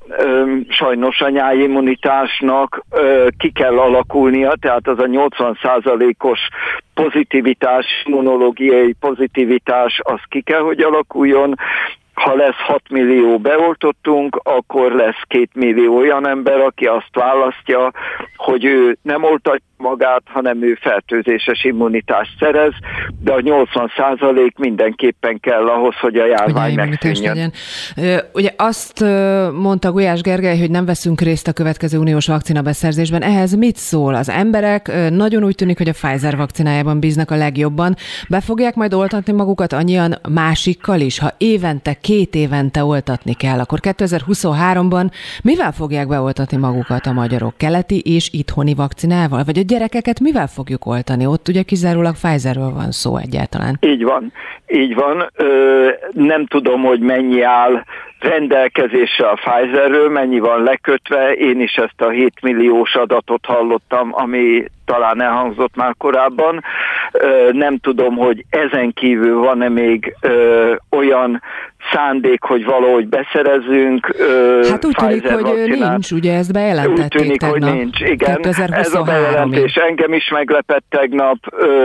Sajnos a nyájimmunitásnak ki kell alakulnia, tehát az a 80%-os pozitivitás, immunológiai pozitivitás, az ki kell, hogy alakuljon. Ha lesz 6 millió beoltottunk, akkor lesz 2 millió olyan ember, aki azt választja, hogy ő nem oltatja magát, hanem ő fertőzéses immunitást szerez, de a 80% mindenképpen kell ahhoz, hogy a járvány megszűnjön. Ugye azt mondta Gulyás Gergely, hogy nem veszünk részt a következő uniós vakcina beszerzésben. Ehhez mit szól? Az emberek nagyon úgy tűnik, hogy a Pfizer vakcinájában bíznak a legjobban. Be fogják majd oltatni magukat annyian másikkal is? Ha 2 évente oltatni kell, akkor 2023-ban mivel fogják beoltatni magukat a magyarok? Keleti és itthoni vakcinával? Vagy a gyerekeket mivel fogjuk oltani? Ott ugye kizárólag Pfizerről van szó egyáltalán. Így van. Nem tudom, hogy mennyi áll rendelkezésre a Pfizerről, mennyi van lekötve. Én is ezt a 7 milliós adatot hallottam, ami talán elhangzott már korábban. Nem tudom, hogy ezen kívül van-e még olyan szándék, hogy valahogy beszerezzünk hát úgy tűnik, hogy nincs, ugye ezt bejelentették úgy tűnik, tegnap. Hogy nincs, igen. 2023-ig. Ez a bejelentés engem is meglepett tegnap.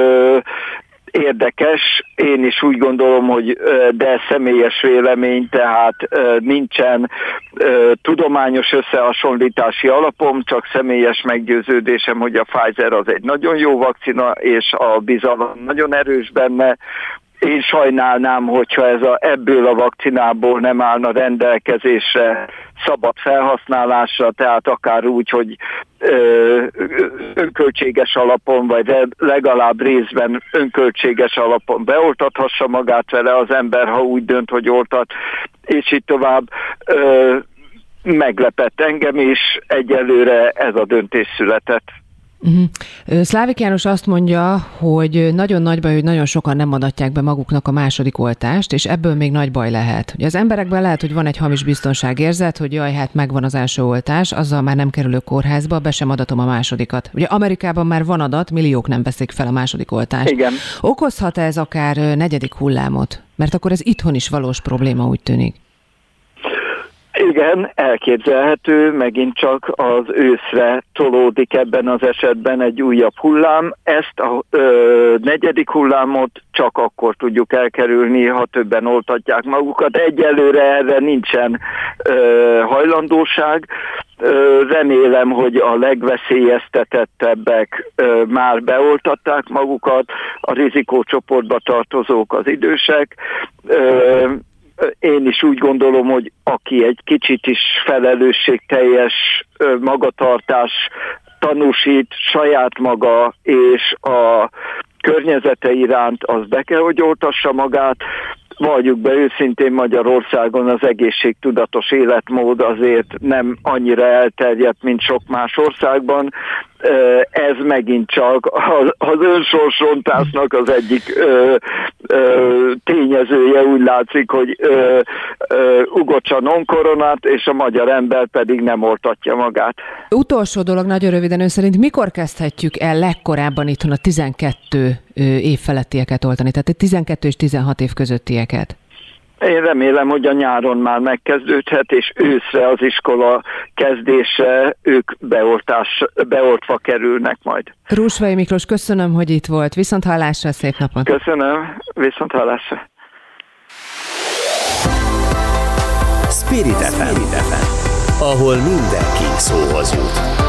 Érdekes, én is úgy gondolom, hogy de személyes vélemény, tehát nincsen tudományos összehasonlítási alapom, csak személyes meggyőződésem, hogy a Pfizer az egy nagyon jó vakcina, és a bizalom nagyon erős benne. Én sajnálnám, hogyha ebből a vakcinából nem állna rendelkezésre szabad felhasználásra, tehát akár úgy, hogy önköltséges alapon, vagy legalább részben önköltséges alapon beoltathassa magát vele az ember, ha úgy dönt, hogy oltat, és így tovább. Meglepett engem is, egyelőre ez a döntés született. Szlávik János azt mondja, hogy nagyon nagy baj, hogy nagyon sokan nem adatják be maguknak a második oltást, és ebből még nagy baj lehet. Ugye az emberekben lehet, hogy van egy hamis biztonságérzet, hogy jaj, hát megvan az első oltás, azzal már nem kerülök kórházba, be sem adatom a másodikat. Ugye Amerikában már van adat, milliók nem veszik fel a második oltást. Igen. Okozhat ez akár negyedik hullámot? Mert akkor ez itthon is valós probléma, úgy tűnik. Igen, elképzelhető, megint csak az őszre tolódik ebben az esetben egy újabb hullám. Ezt a negyedik hullámot csak akkor tudjuk elkerülni, ha többen oltatják magukat. Egyelőre erre nincsen hajlandóság. Remélem, hogy a legveszélyeztetettebbek már beoltatták magukat, a rizikócsoportba tartozók az idősek. Én is úgy gondolom, hogy aki egy kicsit is felelősségteljes magatartás tanúsít saját maga és a környezete iránt, az be kell, hogy oltassa magát. Valljuk be őszintén, Magyarországon az egészségtudatos életmód azért nem annyira elterjedt, mint sok más országban. Ez megint csak az önsorsontásnak az egyik tényezője, úgy látszik, hogy ugocsa non koronát, és a magyar ember pedig nem oltatja magát. Utolsó dolog, nagyon röviden, ön szerint mikor kezdhetjük el legkorábban itthon a 12 év felettieket oltani, tehát 12 és 16 év közöttieket? Én remélem, hogy a nyáron már megkezdődhet, és őszre az iskola kezdése ők beoltva kerülnek majd. Rúsvay Miklós, köszönöm, hogy itt volt. Viszonthallásra, szép napot! Köszönöm, viszonthallásra! Spirit FM, ahol mindenki szóhoz jut.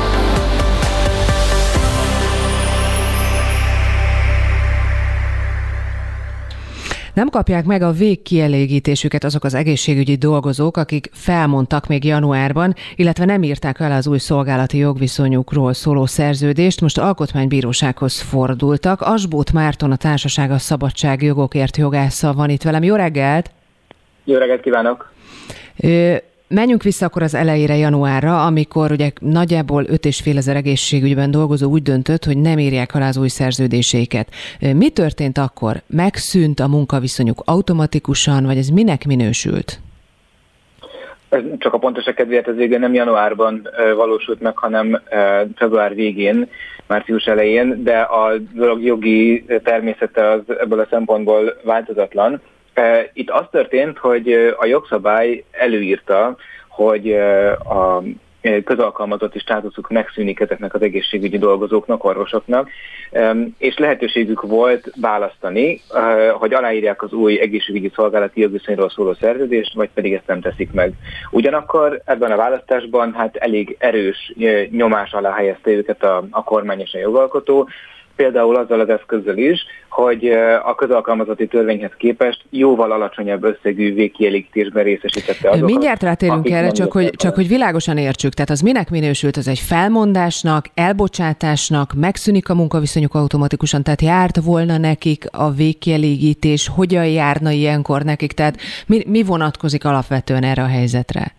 Nem kapják meg a végkielégítésüket azok az egészségügyi dolgozók, akik felmondtak még januárban, illetve nem írták el az új szolgálati jogviszonyukról szóló szerződést, most alkotmánybírósághoz fordultak. Asbóth Márton, a Társaság Szabadságjogokért jogásza van itt velem. Jó reggelt! Jó reggelt kívánok! Menjünk vissza akkor az elejére, januárra, amikor ugye nagyjából 5500 egészségügyben dolgozó úgy döntött, hogy nem írják alá az új szerződéseiket. Mi történt akkor? Megszűnt a munkaviszonyuk automatikusan, vagy ez minek minősült? Csak a pontosak kedvéért ez végül nem januárban valósult meg, hanem február végén, március elején, de a dolog jogi természete az ebből a szempontból változatlan. Itt az történt, hogy a jogszabály előírta, hogy a közalkalmazotti státuszuk megszűnik ezeknek az egészségügyi dolgozóknak, orvosoknak, és lehetőségük volt választani, hogy aláírják az új egészségügyi szolgálati jogviszonyról szóló szerződést, vagy pedig ezt nem teszik meg. Ugyanakkor ebben a választásban hát elég erős nyomás alá helyezte őket a kormány és a jogalkotó, például azzal az eszközzel is, hogy a közalkalmazotti törvényhez képest jóval alacsonyabb összegű végkielégítésben részesítette azokat. Mindjárt rátérünk erre, csak hogy világosan értsük. Tehát az minek minősült? Az egy felmondásnak, elbocsátásnak, megszűnik a munkaviszonyuk automatikusan, tehát járt volna nekik a végkielégítés, hogyan járna ilyenkor nekik? Tehát mi vonatkozik alapvetően erre a helyzetre?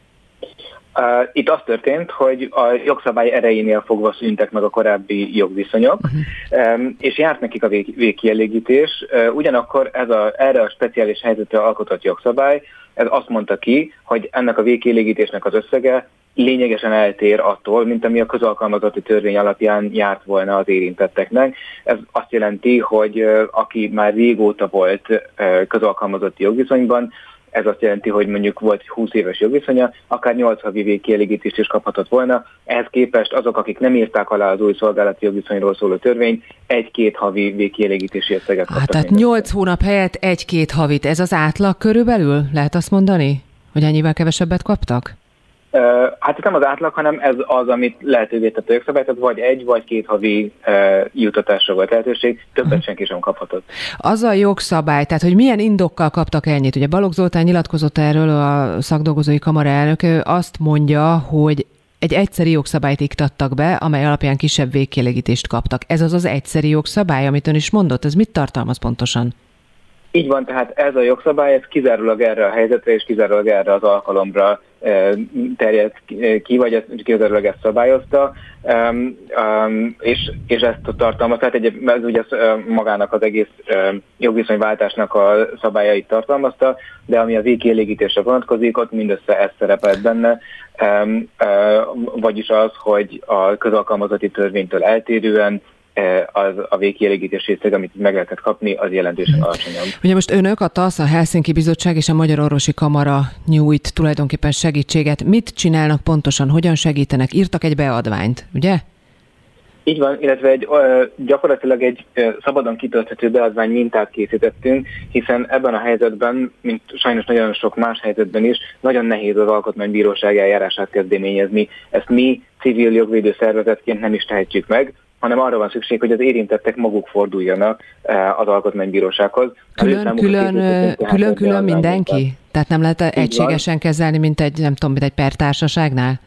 Itt az történt, hogy a jogszabály erejénél fogva szűntek meg a korábbi jogviszonyok, és járt nekik a végkielégítés. Ugyanakkor erre a speciális helyzetre alkotott jogszabály, ez azt mondta ki, hogy ennek a végkielégítésnek az összege lényegesen eltér attól, mint ami a közalkalmazotti törvény alapján járt volna az érintetteknek. Ez azt jelenti, hogy aki már régóta volt közalkalmazotti jogviszonyban, ez azt jelenti, hogy mondjuk volt 20 éves jogviszonya, akár 8 havi végkielégítést is kaphatott volna. Ehhez képest azok, akik nem írták alá az új szolgálati jogviszonyról szóló törvényt, 1-2 havi végkielégítési összeget kaptak. Tehát 8 hónap helyett 1-2 havit. Ez az átlag körülbelül? Lehet azt mondani, hogy ennyivel kevesebbet kaptak? Hát ez nem az átlag, hanem ez az, amit lehetővé tett a jogszabály, tehát vagy 1 vagy 2 havi jutatásra volt lehetőség, többet senki sem kaphatott. Az a jogszabály, tehát hogy milyen indokkal kaptak ennyit? Ugye Balogh Zoltán nyilatkozott erről, a szakdolgozói kamara elnöke, azt mondja, hogy egy egyszeri jogszabályt iktattak be, amely alapján kisebb végkielégítést kaptak. Ez az az egyszeri jogszabály, amit ön is mondott, ez mit tartalmaz pontosan? Így van, tehát ez a jogszabály, ez kizárólag erre a helyzetre és kizárólag erre az alkalomra terjed ki, vagy kizárólag ezt szabályozta, és ezt tartalmaz, tehát ez ugye magának az egész jogviszonyváltásnak a szabályait tartalmazta, de ami a végkielégítésre vonatkozik, ott mindössze ez szerepelt benne, vagyis az, hogy a közalkalmazotti törvénytől eltérően az a végkielégítés részleg, amit meg lehetett kapni, az jelentősen alacsonyabb. Ugye most önök, a TASZ, a Helsinki Bizottság és a Magyar Orvosi Kamara nyújt tulajdonképpen segítséget. Mit csinálnak pontosan, hogyan segítenek? Írtak egy beadványt, ugye? Így van, illetve gyakorlatilag egy szabadon kitölthető beadvány mintát készítettünk, hiszen ebben a helyzetben, mint sajnos nagyon sok más helyzetben is, nagyon nehéz az alkotmánybíróság eljárását kezdeményezni. Ezt mi civil jogvédő szervezetként nem is tehetjük meg, hanem arra van szükség, hogy az érintettek maguk forduljanak az alkotmánybírósághoz. Külön mindenki? Tehát nem lehet egységesen kezelni, mint egy pertársaságnál?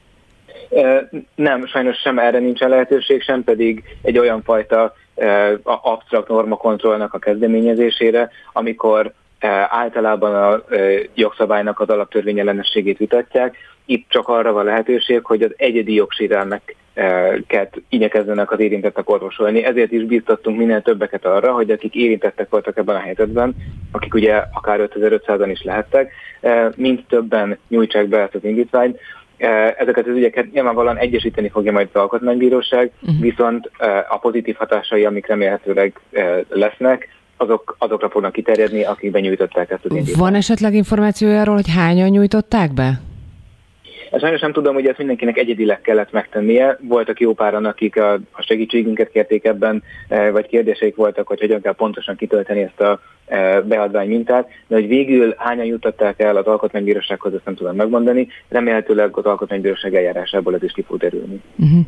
Nem, sajnos sem erre nincsen lehetőség, sem pedig egy olyan fajta absztrakt normakontrollnak a kezdeményezésére, amikor általában a jogszabálynak az alaptörvényellenességét vitatják. Itt csak arra van lehetőség, hogy az egyedi jogsérelmeket igyekezzenek az érintettek orvosolni. Ezért is bíztattunk minél többeket arra, hogy akik érintettek voltak ebben a helyzetben, akik ugye akár 5500-an is lehettek, mind többen nyújtsák be ezt az indítványt. Ezeket az ügyeket nyilvánvalóan egyesíteni fogja majd az alkotmánybíróság, viszont a pozitív hatásai, amik remélhetőleg lesznek, azokra fognak kiterjedni, akik benyújtották ezt az indítványt. Van esetleg információja arról, hogy hányan nyújtották be? Sajnos nem tudom, hogy ezt mindenkinek egyedileg kellett megtennie. Voltak jó páran, akik a segítségünket kérték ebben, vagy kérdéseik voltak, hogy hogyan kell pontosan kitölteni ezt a beadvány mintát, de hogy végül hányan juttatták el az alkotmánybírósághoz, ezt nem tudom megmondani. Remélhetőleg az alkotmánybíróság eljárásából ez is ki fog derülni.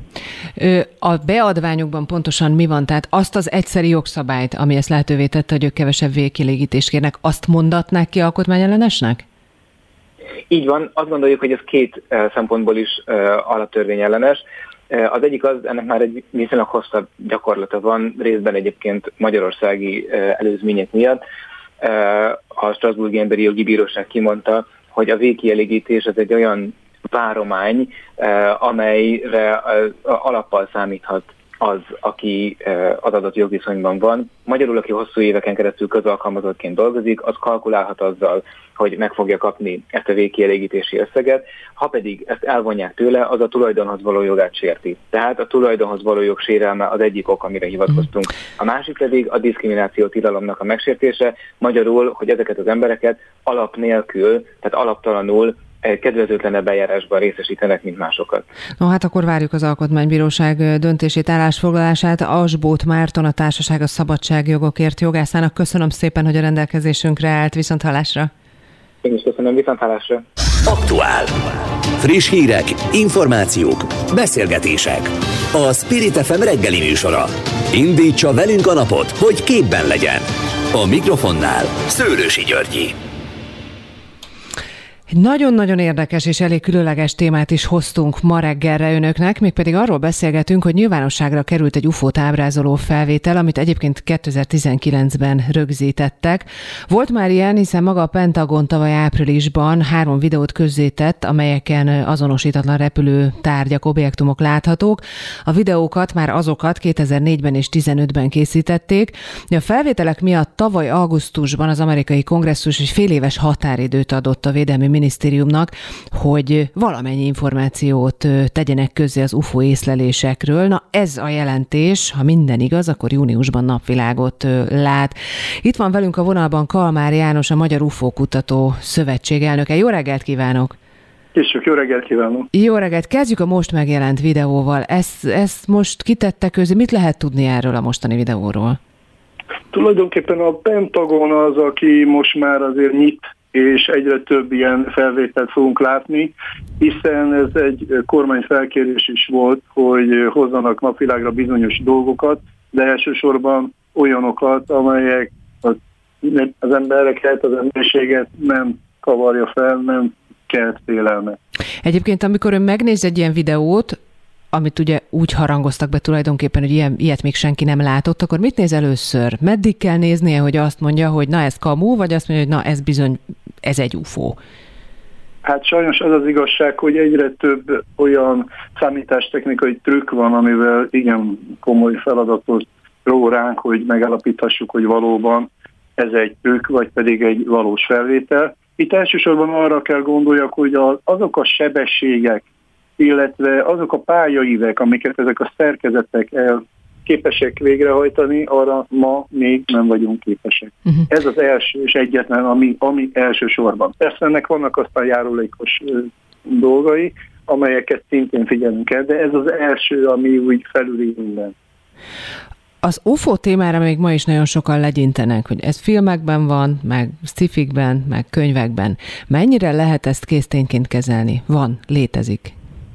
A beadványokban pontosan mi van? Tehát azt az egyszeri jogszabályt, ami ezt lehetővé tette, hogy ők kevesebb végkielégítést kérnek, azt mondatnák ki alkotmányellenesnek? Így van, azt gondoljuk, hogy ez két szempontból is alaptörvényellenes. Az egyik az, ennek már egy viszonylag hosszabb gyakorlata van, részben egyébként magyarországi előzmények miatt. A Strasbourgi Emberi Jogi Bíróság kimondta, hogy a végkielégítés az egy olyan váromány, amelyre alappal számíthat az, aki az adott jogviszonyban van. Magyarul, aki hosszú éveken keresztül közalkalmazottként dolgozik, az kalkulálhat azzal, hogy meg fogja kapni ezt a végkielégítési összeget, ha pedig ezt elvonják tőle, az a tulajdonhoz való jogát sérti. Tehát a tulajdonhoz való jog sérelme az egyik ok, amire hivatkoztunk. A másik pedig a diszkrimináció tilalomnak a megsértése, magyarul, hogy ezeket az embereket alap nélkül, tehát alaptalanul kedvezőtlenebb eljárásban részesítenek, mint másokat. No, hát akkor várjuk az Alkotmánybíróság döntését, állásfoglalását. Asbóth Márton, a Társaság a Szabadságjogokért jogászának köszönöm szépen, hogy a rendelkezésünkre állt. Viszonthallásra! Én is köszönöm, viszonthallásra! Aktuál. Friss hírek, információk, beszélgetések. A Spirit FM reggeli műsora. Indítsa velünk a napot, hogy képben legyen. A mikrofonnál Szőlősi Györgyi. Egy nagyon-nagyon érdekes és elég különleges témát is hoztunk ma reggelre önöknek, mégpedig arról beszélgetünk, hogy nyilvánosságra került egy UFO-t ábrázoló felvétel, amit egyébként 2019-ben rögzítettek. Volt már ilyen, hiszen maga a Pentagon tavaly áprilisban 3 videót közzétett, amelyeken azonosítatlan repülő tárgyak, objektumok láthatók. A videókat már azokat 2004-ben és 2015-ben készítették. A felvételek miatt tavaly augusztusban az amerikai kongresszus egy féléves határidőt adott a Védelmi Minisztériumnak, hogy valamennyi információt tegyenek közzé az UFO észlelésekről. Na ez a jelentés, ha minden igaz, akkor júniusban napvilágot lát. Itt van velünk a vonalban Kalmár János, a Magyar UFO Kutató Szövetség elnöke. Jó reggelt kívánok! Később, jó reggelt kívánok! Jó reggelt! Kezdjük a most megjelent videóval. Ezt most kitette közé. Mit lehet tudni erről a mostani videóról? Tulajdonképpen a Pentagon az, aki most már azért nyit, és egyre több ilyen felvételt fogunk látni, hiszen ez egy kormányfelkérés is volt, hogy hozzanak napvilágra bizonyos dolgokat, de elsősorban olyanokat, amelyek az embereket, az emberiséget nem kavarja fel, nem kelt félelmet. Egyébként, amikor ön megnéz egy ilyen videót, amit ugye úgy harangoztak be tulajdonképpen, hogy ilyet még senki nem látott, akkor mit néz először? Meddig kell néznie, hogy azt mondja, hogy na ez kamu, vagy azt mondja, hogy na ez bizony, ez egy UFO? Hát sajnos az az igazság, hogy egyre több olyan számítástechnikai trükk van, amivel igen komoly feladatot ró ránk, hogy megállapíthassuk, hogy valóban ez egy trükk, vagy pedig egy valós felvétel. Itt elsősorban arra kell gondoljak, hogy azok a sebességek, illetve azok a pályaívek, amiket ezek a szerkezetek képesek végrehajtani, arra ma még nem vagyunk képesek. Ez az első és egyetlen, ami elsősorban. Persze ennek vannak aztán járulékos dolgai, amelyeket szintén figyelünk kell, de ez az első, ami úgy felüli minden. Az UFO témára még ma is nagyon sokan legyintenek, hogy ez filmekben van, meg sci-fikben, meg könyvekben. Mennyire lehet ezt késztényként kezelni? Van, létezik.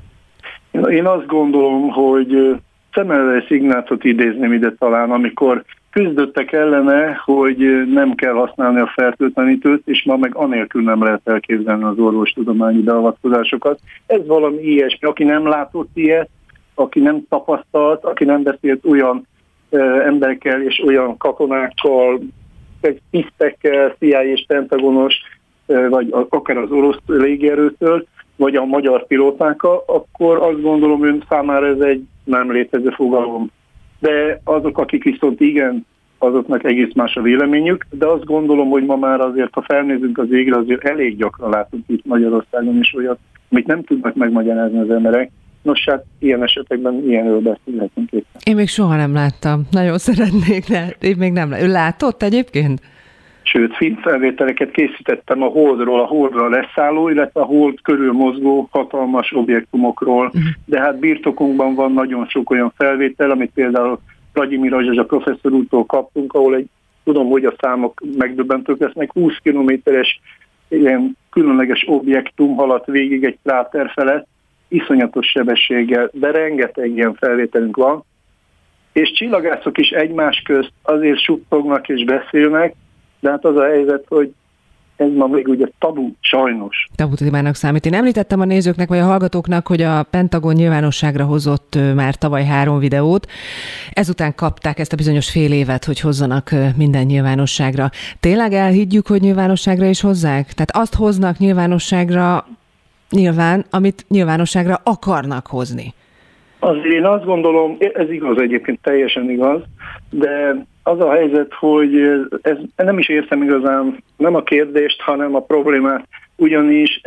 Én azt gondolom, hogy Semmelweis Ignácot idézném ide talán, amikor küzdöttek ellene, hogy nem kell használni a fertőtlenítőt, és ma meg anélkül nem lehet elképzelni az orvostudományi beavatkozásokat. Ez valami ilyesmi. Aki nem látott ilyet, aki nem tapasztalt, aki nem beszélt olyan emberekkel és olyan katonákkal, tisztekkel, CIA és Pentagonos, vagy akár az orosz légierőtől, vagy a magyar pilótákkal, akkor azt gondolom, ön számára ez egy nem létező fogalom. De azok, akik viszont igen, azoknak egész más a véleményük, de azt gondolom, hogy ma már azért, ha felnézünk az égre, azért elég gyakran látunk itt Magyarországon is olyat, amit nem tudnak megmagyarázni az emberek. Nos, hát ilyen esetekben ilyenről beszélhetünk éppen. Én még soha nem láttam. Nagyon szeretnék, de én még nem láttam. Ő látott egyébként? Sőt, filmfelvételeket készítettem a Holdra leszálló, illetve a Hold körül mozgó hatalmas objektumokról, de hát birtokunkban van nagyon sok olyan felvétel, amit például Vladimir Azsazsa professzor úrtól kaptunk, ahol tudom, hogy a számok megdöbbentők lesznek, 20 kilométeres ilyen különleges objektum haladt végig egy kráter felett, iszonyatos sebességgel, de rengeteg ilyen felvételünk van, és csillagászok is egymás közt azért suttognak és beszélnek, de hát az a helyzet, hogy ez ma még ugye tabu, sajnos. Tabu témának számít. Én említettem a nézőknek vagy a hallgatóknak, hogy a Pentagon nyilvánosságra hozott már tavaly 3 videót. Ezután kapták ezt a bizonyos fél évet, hogy hozzanak minden nyilvánosságra. Tényleg elhiggyük, hogy nyilvánosságra is hozzák? Tehát azt hoznak nyilvánosságra nyilván, amit nyilvánosságra akarnak hozni. Azért én azt gondolom, ez igaz egyébként, teljesen igaz, de az a helyzet, hogy ez nem is értem igazán nem a kérdést, hanem a problémát, ugyanis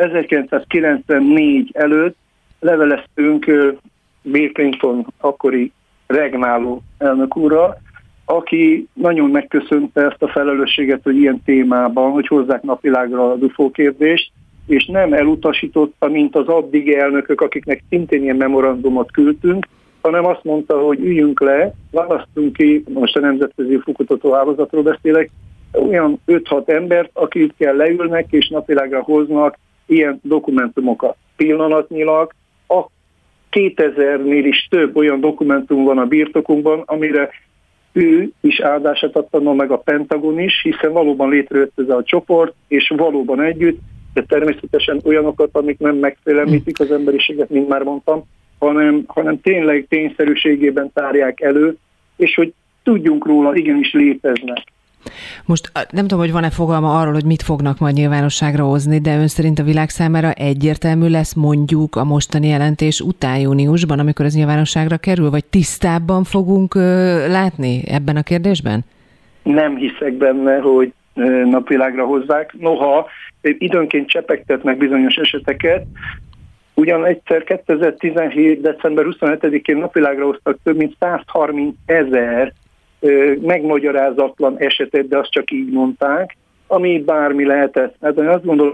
1994 előtt leveleztünk Bill Clinton akkori regnáló elnök úrral, aki nagyon megköszönte ezt a felelősséget, hogy ilyen témában, hogy hozzák napvilágra az UFO kérdést, és nem elutasította, mint az addigi elnökök, akiknek szintén ilyen memorandumot küldtünk, hanem azt mondta, hogy üljünk le, választunk ki, most a Nemzetközi UFO-kutató Hálózatról beszélek, olyan 5-6 embert, akikkel leülnek és napvilágra hoznak ilyen dokumentumokat. Pillanatnyilag a 2000-nél is több olyan dokumentum van a birtokunkban, amire ő is áldását adta, meg a Pentagon is, hiszen valóban létrejött ez a csoport, és valóban együtt, de természetesen olyanokat, amik nem megfélemlítik az emberiséget, mint már mondtam, hanem tényleg tényszerűségében tárják elő, és hogy tudjunk róla, igenis léteznek. Most nem tudom, hogy van-e fogalma arról, hogy mit fognak majd nyilvánosságra hozni, de ön szerint a világ számára egyértelmű lesz mondjuk a mostani jelentés után júniusban, amikor ez nyilvánosságra kerül, vagy tisztábban fogunk látni ebben a kérdésben? Nem hiszek benne, hogy napvilágra hozzák. Noha időnként csepegtetnek bizonyos eseteket, ugyan egyszer 2017. december 27-én napvilágra hoztak több mint 130 000 megmagyarázatlan esetet, de azt csak így mondták, ami bármi lehetett. Hát én azt gondolom,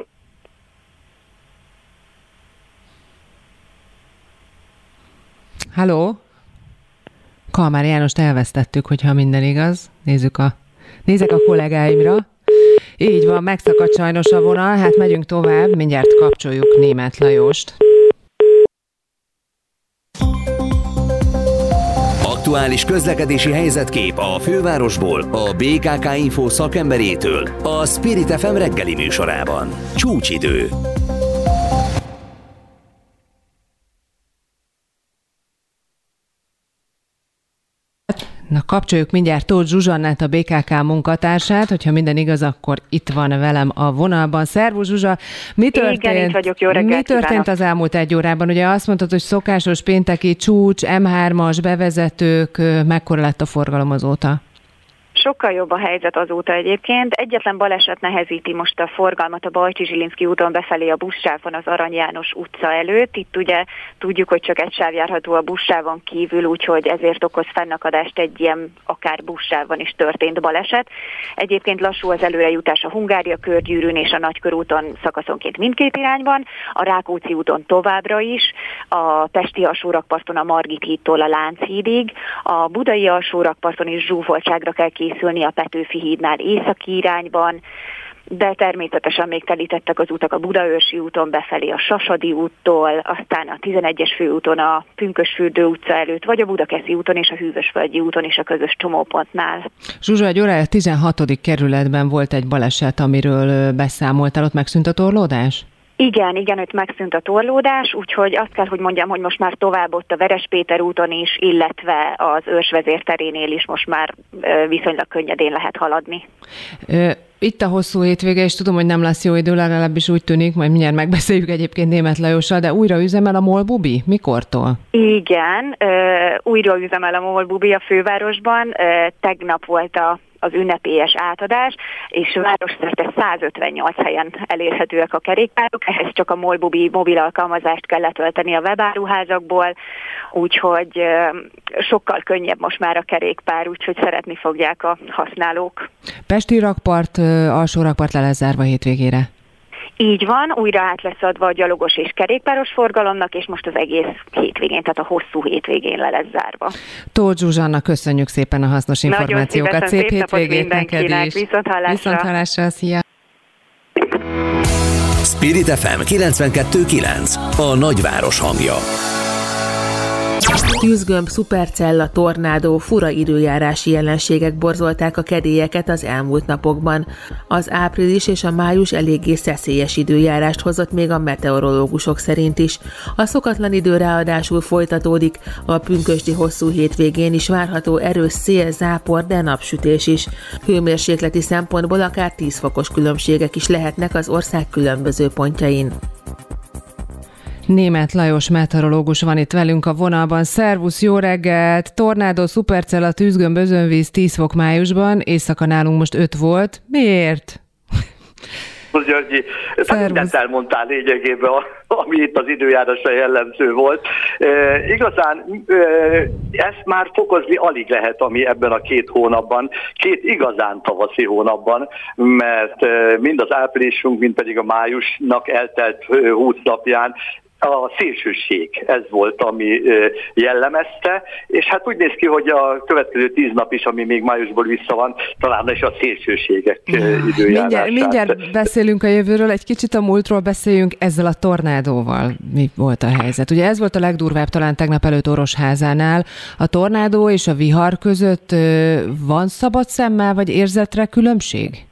Halló? Kalmár Jánost elvesztettük, hogyha minden igaz. Nézek a kollégáimra. Így van, megszakadt sajnos a vonal, hát megyünk tovább, mindjárt kapcsoljuk Németh Lajost. Aktuális közlekedési helyzetkép a fővárosból, a BKK Info szakemberétől, a Spirit FM reggeli műsorában. Csúcsidő. Na, kapcsoljuk mindjárt Tóth Zsuzsannát, a BKK munkatársát, hogyha minden igaz, akkor itt van velem a vonalban. Szervusz Zsuzsa, mi történt, igen, itt vagyok, jó reggelt, mi történt az elmúlt egy órában? Ugye azt mondtad, hogy szokásos pénteki csúcs, M3-as bevezetők, mekkora lett a forgalom azóta? Sokkal jobb a helyzet azóta egyébként. Egyetlen baleset nehezíti most a forgalmat a Bajcsy-Zsilinszky úton befelé a buszsávon az Arany János utca előtt. Itt ugye tudjuk, hogy csak egy sáv járható a buszsávon kívül, úgyhogy ezért okoz fennakadást egy ilyen akár buszsávon is történt baleset. Egyébként lassú az előrejutás a Hungária körgyűrűn és a Nagykörúton szakaszonként mindkét irányban, a Rákóczi úton továbbra is, a pesti alsórakparton a Margit hídtól a Lánchídig, a budai alsórakparton is zsúfoltságra kell készülni a Petőfi hídnál északi irányban, de természetesen még telítettek az utak a Budaörsi úton befelé a Sasadi úttól, aztán a 11-es főúton a Pünkösfürdő utca előtt, vagy a Budakeszi úton és a Hűvösvölgyi úton is a közös csomópontnál. Zsuzsa, egy órája 16. kerületben volt egy baleset, amiről beszámoltál, ott megszűnt a torlódás? Igen, ott megszűnt a torlódás, úgyhogy azt kell, hogy mondjam, hogy most már tovább ott a Veres Péter úton is, illetve az Őrsvezér terénél is most már viszonylag könnyedén lehet haladni. Itt a hosszú hétvége, és tudom, hogy nem lesz jó idő, legalábbis úgy tűnik, majd mindjárt megbeszéljük egyébként Németh Lajossal, de újra üzemel a MOL Bubi? Mikortól? Igen, újra üzemel a MOL Bubi a fővárosban. Tegnap volt az ünnepélyes átadás, és városszerte 158 helyen elérhetőek a kerékpárok, ehhez csak a MOL Bubi mobil alkalmazást kell letölteni a webáruházakból, úgyhogy sokkal könnyebb most már a kerékpár, úgyhogy szeretni fogják a használók. Pesti rakpart, alsó rakpart le lesz zárva hétvégére. Így van, újra át lesz adva a gyalogos és kerékpáros forgalomnak, és most az egész hétvégén, tehát a hosszú hétvégén le lesz zárva. Tóth Zsuzsanna, köszönjük szépen a hasznos információkat. Szép hétvégét neked is. Viszonthallásra, szia! Spirit FM 92.9, a nagyváros hangja. Tűzgömb, szupercella, tornádó, fura időjárási jelenségek borzolták a kedélyeket az elmúlt napokban. Az április és a május eléggé szeszélyes időjárást hozott még a meteorológusok szerint is. A szokatlan idő ráadásul folytatódik, a pünkösdi hosszú hétvégén is várható erős szél, zápor, de napsütés is. Hőmérsékleti szempontból akár 10 fokos különbségek is lehetnek az ország különböző pontjain. Németh Lajos meteorológus van itt velünk a vonalban. Szervusz, jó reggelt! Tornádó, szupercella, tűzgömb, özönvíz, 10 fok májusban, éjszaka nálunk most 5 volt. Miért? Györgyi, mindent elmondtál lényegében, ami itt az időjárásra jellemző volt. Igazán ezt már fokozni alig lehet, ami ebben a 2 hónapban, 2 igazán tavaszi hónapban, mert mind az áprilisunk, mind pedig a májusnak eltelt 20 napján a szélsőség, ez volt, ami jellemezte, és hát úgy néz ki, hogy a következő 10 nap is, ami még májusból vissza van, talán is a szélsőségek időjárását. Mindjárt beszélünk a jövőről, egy kicsit a múltról beszéljünk, ezzel a tornádóval mi volt a helyzet. Ugye ez volt a legdurvább talán tegnap előtt Orosházánál. A tornádó és a vihar között van szabad szemmel vagy érzetre különbség?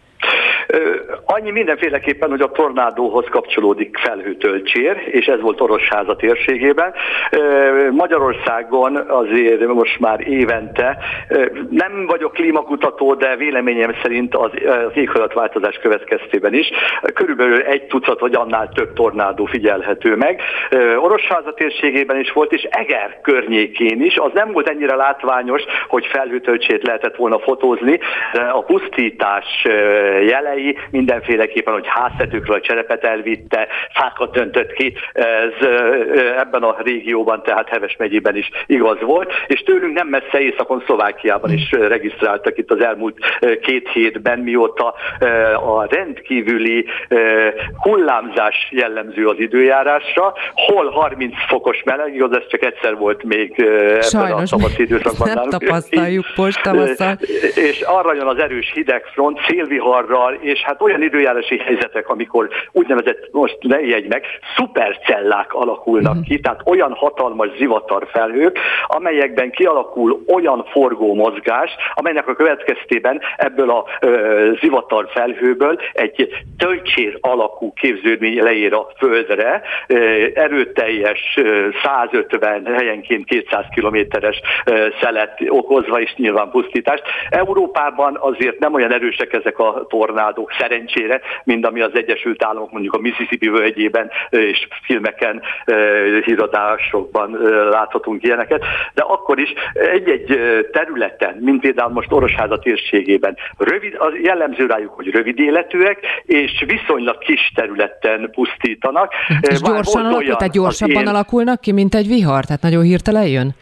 Annyi mindenféleképpen, hogy a tornádóhoz kapcsolódik felhőtölcsér, és ez volt Orosháza térségében. Magyarországon azért most már évente, nem vagyok klímakutató, de véleményem szerint az éghajlatváltozás következtében is körülbelül 1 tucat vagy annál több tornádó figyelhető meg. Orosháza térségében is volt, és Eger környékén is. Az nem volt ennyire látványos, hogy felhőtöltsét lehetett volna fotózni, de a pusztítás jelei mindenféleképpen, hogy háztetőkről a cserepet elvitte, fákat döntött ki, ez ebben a régióban, tehát Heves megyében is igaz volt, és tőlünk nem messze északon, Szlovákiában is regisztráltak itt az elmúlt 2 hétben, mióta a rendkívüli hullámzás jellemző az időjárásra, hol 30 fokos meleg, igaz, ez csak egyszer volt még ebben sajnos, a tavaszi időszakban. Nem tapasztaljuk most tavasszal. És arra jön az erős hidegfront, szélviharral, és hát olyan időjárási helyzetek, amikor úgynevezett, most ne ijedj meg, szupercellák alakulnak ki, tehát olyan hatalmas zivatarfelhők, amelyekben kialakul olyan forgómozgás, amelynek a következtében ebből a zivatarfelhőből egy tölcsér alakú képződmény leér a Földre, erőteljes 150, helyenként 200 kilométeres szelet okozva, és nyilván pusztítást. Európában azért nem olyan erősek ezek a tornádók, szerencsére, mint ami az Egyesült Államok mondjuk a Mississippi völgyében és filmeken, híradásokban láthatunk ilyeneket, de akkor is egy-egy területen, mint például most Orosháza térségében, az jellemző rájuk, hogy rövid életűek, és viszonylag kis területen pusztítanak. És gyorsan alakul, tehát gyorsabban alakulnak ki, mint egy vihar? Tehát nagyon hirtelen jön?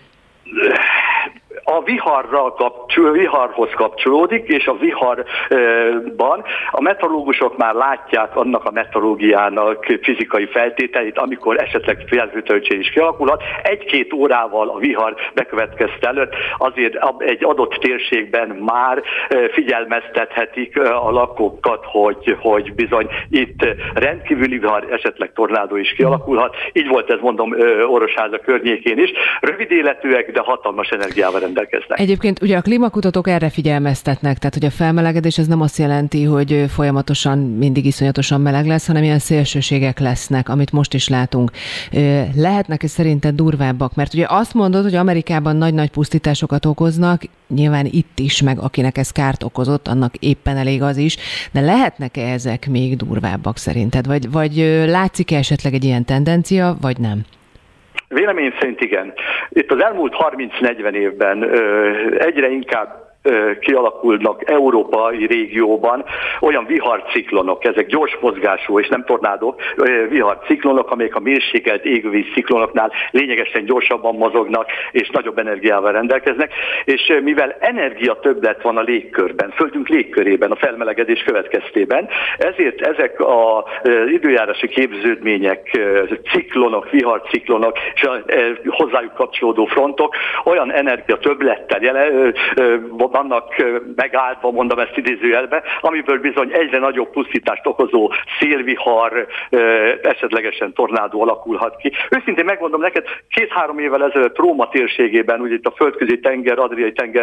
A viharhoz kapcsolódik, és a viharban a meteorológusok már látják annak a meteorológiának fizikai feltételeit, amikor esetleg felhőtöltség is kialakulhat. 1-2 órával a vihar bekövetkezte előtt azért egy adott térségben már figyelmeztethetik a lakókat, hogy bizony itt rendkívüli vihar, esetleg tornádó is kialakulhat. Így volt ez, mondom, Orosháza környékén is. Rövid életűek, de hatalmas energiával rendelkeznek. Egyébként ugye a klímakutatók erre figyelmeztetnek, tehát hogy a felmelegedés az nem azt jelenti, hogy folyamatosan mindig iszonyatosan meleg lesz, hanem ilyen szélsőségek lesznek, amit most is látunk. Lehetnek-e szerinted durvábbak? Mert ugye azt mondod, hogy Amerikában nagy-nagy pusztításokat okoznak, nyilván itt is, meg akinek ez kárt okozott, annak éppen elég az is, de lehetnek-e ezek még durvábbak szerinted? Vagy látszik-e esetleg egy ilyen tendencia, vagy nem? Vélemény szerint igen. Itt az elmúlt 30-40 évben egyre inkább kialakulnak európai régióban olyan viharciklonok, ezek gyors mozgású és nem tornádok, viharciklonok, amelyek a mérsékelt égővíz ciklonoknál lényegesen gyorsabban mozognak és nagyobb energiával rendelkeznek, és mivel energia-többlet van a légkörben, Földünk légkörében a felmelegedés következtében, ezért ezek az időjárási képződmények, ciklonok, viharciklonok és a hozzájuk kapcsolódó frontok olyan energia-többlettel vannak megáldva, mondom ezt idézőjelbe, amiből bizony egyre nagyobb pusztítást okozó szélvihar, esetlegesen tornádó alakulhat ki. Őszintén megmondom neked, 2-3 évvel ezelőtt Róma térségében, ugye itt a földközi tenger, Adriai tenger,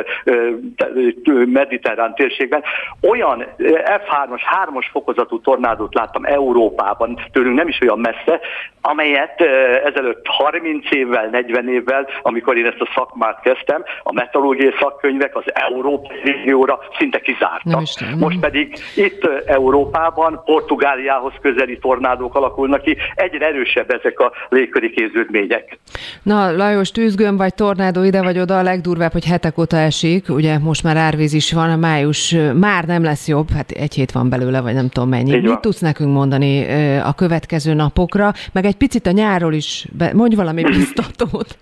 mediterrán térségben, olyan F3-as, 3-as fokozatú tornádót láttam Európában, tőlünk nem is olyan messze, amelyet ezelőtt 30 évvel, 40 évvel, amikor én ezt a szakmát kezdtem, a meteorológiai szakkönyvek az európai régióra szinte kizártak. Most pedig itt Európában, Portugáliához közeli tornádók alakulnak ki, egyre erősebb ezek a légköri képződmények. Na, Lajos, tűzgömb vagy tornádó ide vagy oda, a legdurvább, hogy hetek óta esik, ugye most már árvíz is van, a május már nem lesz jobb, hát 1 hét van belőle, vagy nem tudom mennyi. Mit tudsz nekünk mondani a következő napokra, meg egy picit a nyárról is, mondj valami biztatót.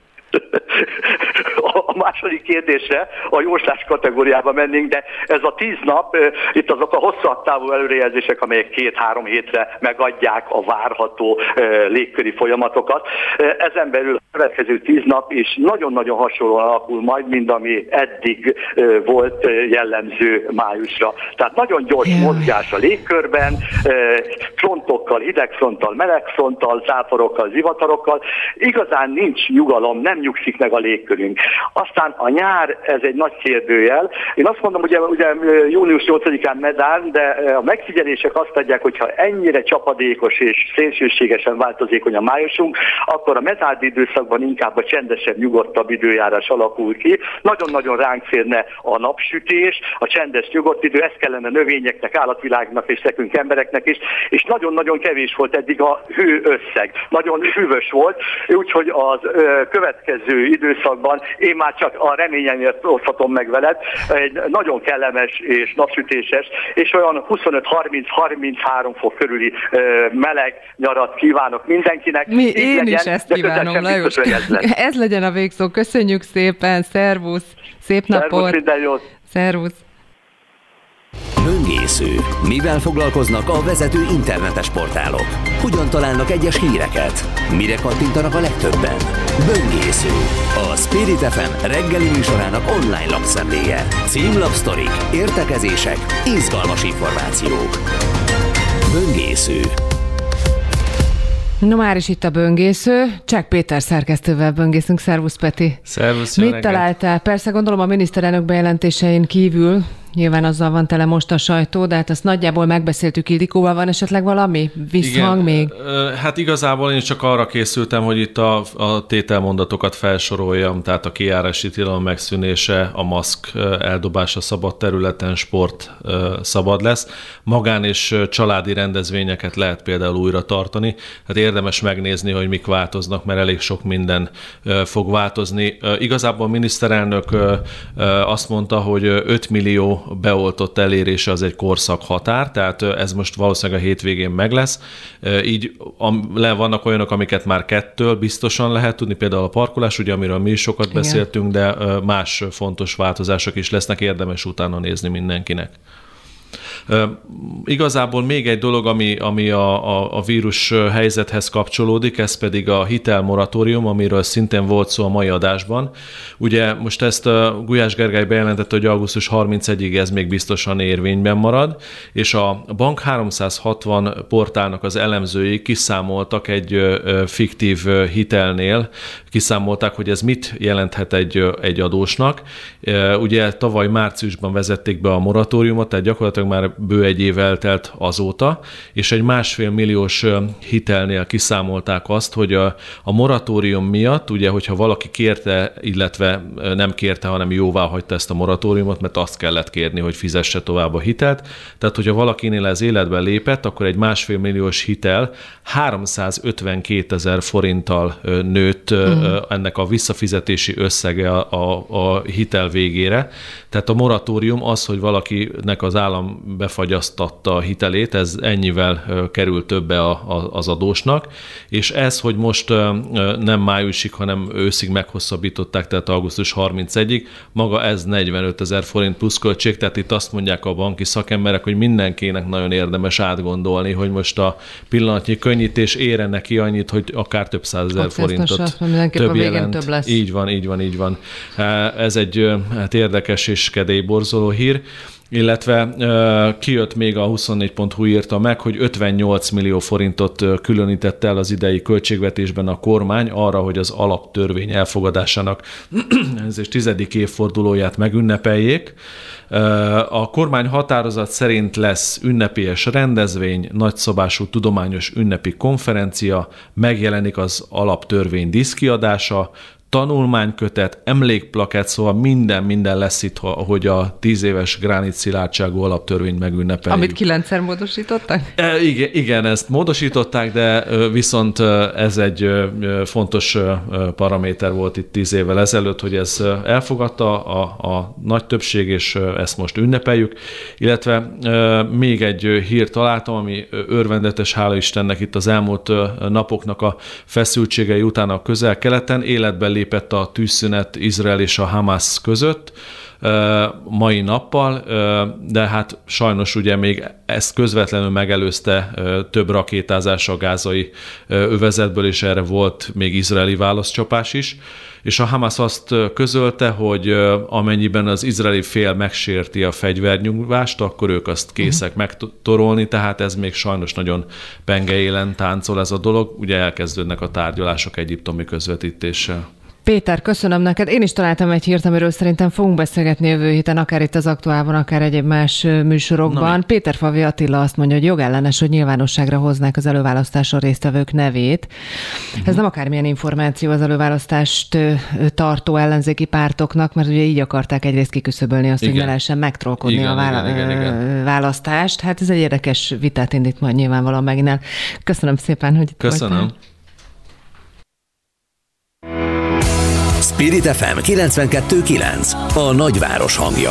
A második kérdésre a jóslás kategóriába mennénk, de ez a 10 nap, itt azok a hosszabb távú előrejelzések, amelyek 2-3 hétre megadják a várható légköri folyamatokat. Ezen belül a következő 10 nap is nagyon-nagyon hasonlóan alakul majd, mint ami eddig volt jellemző májusra. Tehát nagyon gyors mozgás a légkörben, frontokkal, hidegfronttal, melegfronttal, záporokkal, zivatarokkal. Igazán nincs nyugalom, nem nyugszik meg a légkörünk. Aztán a nyár, ez egy nagy kérdőjel. Én azt mondom, ugye június 8-án medán, de a megfigyelések azt adják, hogyha ennyire csapadékos és szélsőségesen változékony a májusunk, akkor a mezárdi időszakban inkább a csendesebb, nyugodtabb időjárás alakul ki. Nagyon-nagyon ránk férne a napsütés, a csendes, nyugodt idő, ez kellene növényeknek, állatvilágnak és nekünk embereknek is, és nagyon-nagyon kevés volt eddig a hőösszeg. Nagyon hűvös volt, úgyhogy az következő időszakban én már csak a reményemért oszthatom meg veled, egy nagyon kellemes és napsütéses, és olyan 25-30-33 fok körüli meleg nyarat kívánok mindenkinek. Én legyen, is ezt kívánom, Lajos. Ez legyen a végszó. Köszönjük szépen, szervusz, szép napot. Szervusz, minden jót. Szervusz. Böngésző. Mivel foglalkoznak a vezető internetes portálok? Hogyan találnak egyes híreket? Mire kattintanak a legtöbben? Böngésző. A Spirit FM reggeli műsorának online lapszemléje. Címlapsztorik, értekezések, izgalmas információk. Böngésző. No már is itt a böngésző. Csák Péter szerkesztővel böngészünk. Szervusz, Peti. Szervusz, Mit találtál? Persze gondolom a miniszterelnök bejelentésein kívül, nyilván azzal van tele most a sajtó, de hát azt nagyjából megbeszéltük Ildikóval. Van esetleg valami visszhang még? Hát igazából én csak arra készültem, hogy itt a tételmondatokat felsoroljam, tehát a kijárási tilalom megszűnése, a maszk eldobása szabad területen, sport szabad lesz. Magán és családi rendezvényeket lehet például újra tartani. Hát érdemes megnézni, hogy mik változnak, mert elég sok minden fog változni. Igazából a miniszterelnök azt mondta, hogy 5 millió beoltott elérése az egy korszakhatár, tehát ez most valószínűleg a hétvégén meg lesz. Így vannak olyanok, amiket már 2-től biztosan lehet tudni, például a parkolás, ugye, amiről mi is sokat beszéltünk, de más fontos változások is lesznek, érdemes utána nézni mindenkinek. Igazából még egy dolog, ami a vírus helyzethez kapcsolódik, ez pedig a hitelmoratórium, amiről szintén volt szó a mai adásban. Ugye most ezt Gulyás Gergely bejelentette, hogy augusztus 31-ig ez még biztosan érvényben marad, és a Bank 360 portálnak az elemzői kiszámoltak egy fiktív hitelnél, kiszámolták, hogy ez mit jelenthet egy adósnak. Ugye tavaly márciusban vezették be a moratóriumot, tehát gyakorlatilag már bő egy év eltelt azóta, és egy 1,5 milliós hitelnél kiszámolták azt, hogy a moratórium miatt, ugye, hogyha valaki kérte, illetve nem kérte, hanem jóvá hagyta ezt a moratóriumot, mert azt kellett kérni, hogy fizesse tovább a hitelt. Tehát, hogyha valakinél ez életbe lépett, akkor egy 1,5 milliós hitel 352 000 forinttal nőtt ennek a visszafizetési összege a hitel végére. Tehát a moratórium az, hogy valakinek az állam befagyasztatta a hitelét, ez ennyivel kerül többe az adósnak, és ez, hogy most nem májusig, hanem őszig meghosszabbították, tehát augusztus 31-ig, maga ez 45 000 forint plusz költség, tehát itt azt mondják a banki szakemberek, hogy mindenkinek nagyon érdemes átgondolni, hogy most a pillanatnyi könnyítés ére neki annyit, hogy akár több 100 000 forintot több jelent. Több lesz. Így van. Ez egy hát érdekes és kedélyborzoló hír. Illetve kijött még a 24.hu írta meg, hogy 58 millió forintot különített el az idei költségvetésben a kormány arra, hogy az alaptörvény elfogadásának 10. évfordulóját megünnepeljék. A kormány határozat szerint lesz ünnepélyes rendezvény, nagyszabású tudományos ünnepi konferencia, megjelenik az alaptörvény diszkiadása, tanulmánykötet, emlékplakett, szóval minden lesz itt, hogy a 10 éves gránit szilárdságú alaptörvényt megünnepeljük. Amit 9-szer módosítottak? Igen, ezt módosították, de viszont ez egy fontos paraméter volt itt 10 évvel ezelőtt, hogy ez elfogadta a nagy többség, és ezt most ünnepeljük. Illetve még egy hírt találtam, ami örvendetes, hála Istennek itt az elmúlt napoknak a feszültségei után a Közel-Keleten életben lépett a tűzszünet Izrael és a Hamász között mai nappal, de hát sajnos ugye még ezt közvetlenül megelőzte több rakétázás a gázai övezetből, és erre volt még izraeli válaszcsapás is. És a Hamász azt közölte, hogy amennyiben az izraeli fél megsérti a fegyvernyugvást, akkor ők azt készek megtorolni, tehát ez még sajnos nagyon penge élen táncol ez a dolog. Ugye elkezdődnek a tárgyalások egyiptomi közvetítéssel. Péter, köszönöm neked. Én is találtam egy hírt, amiről szerintem fogunk beszélgetni jövő héten, akár itt az Aktuálban, akár egyéb más műsorokban. Péter Favi Attila azt mondja, hogy jogellenes, hogy nyilvánosságra hoznák az előválasztáson résztvevők nevét. Ez nem akármilyen információ az előválasztást tartó ellenzéki pártoknak, mert ugye így akarták egyrészt kiküszöbölni azt, hogy ne lehessen megtrollkodni a választást. Hát ez egy érdekes vitát indít majd nyilvánvalóan megint. Köszönöm szépen, hogy itt voltál. Spirit FM 92.9, a nagyváros hangja.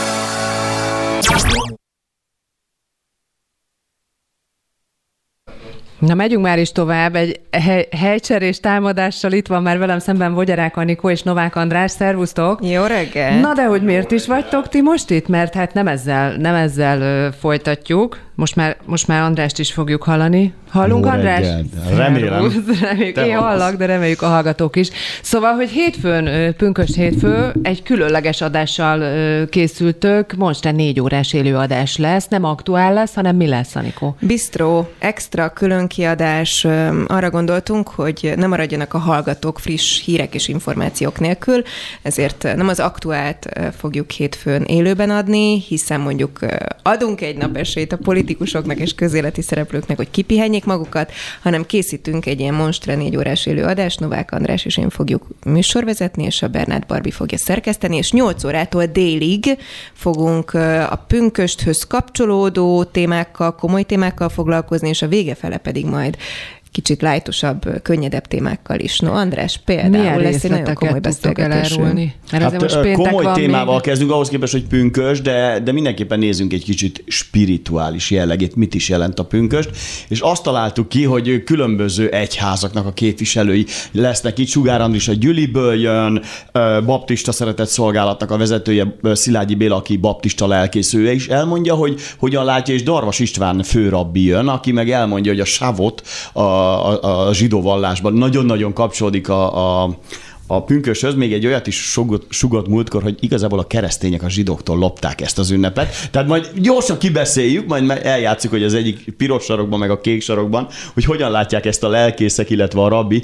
Na, megyünk már is tovább. Egy helycserés támadással itt van már velem szemben Vogyarák Anikó és Novák András. Szervusztok! Jó reggel! Na, de hogy miért is vagytok ti most itt? Mert hát nem ezzel folytatjuk. Most már Andrást is fogjuk hallani. Hallunk, Jó András? Remélem. Én hallak, de reméljük a hallgatók is. Szóval, hogy hétfőn, pünkösd hétfő, egy különleges adással készültök, Monster 4 órás élőadás lesz, nem aktuál lesz, hanem mi lesz, Anikó? Bistró, extra különkiadás. Arra gondoltunk, hogy nem maradjanak a hallgatók friss hírek és információk nélkül, ezért nem az aktuált fogjuk hétfőn élőben adni, hiszen mondjuk adunk egy nap esélyt a politikusoknak és közéleti szereplőknek, hogy kipihenjék magukat, hanem készítünk egy ilyen Monstre 4 órás élőadást, Novák András és én fogjuk műsorvezetni, és a Bernát Barbi fogja szerkeszteni, és 8 órától délig fogunk a pünkösthöz kapcsolódó témákkal, komoly témákkal foglalkozni, és a vége fele pedig majd kicsit lájtosabb, könnyedebb témákkal is. No, András, például lesz egy nagyon komoly beszélgetésünk. Hát komoly témával kezdünk, ahhoz képest, hogy pünkösd, de mindenképpen nézzünk egy kicsit spirituális jellegét, mit is jelent a pünkösd, és azt találtuk ki, hogy különböző egyházaknak a képviselői lesznek itt. Sugár Andris a Gyüliből jön, baptista szeretett szolgálatnak a vezetője, Szilágyi Béla, aki baptista lelkészője is elmondja, hogy hogyan látja, és Darvas István főrabbi jön, aki meg elmondja, hogy a sávot a zsidó vallásban nagyon-nagyon kapcsolódik a pünköshöz. Még egy olyat is sugott múltkor, hogy igazából a keresztények a zsidóktól lopták ezt az ünnepet. Tehát majd gyorsan kibeszéljük, majd eljátszuk, hogy az egyik piros sarokban, meg a kék sarokban, hogy hogyan látják ezt a lelkészek, illetve a rabbi.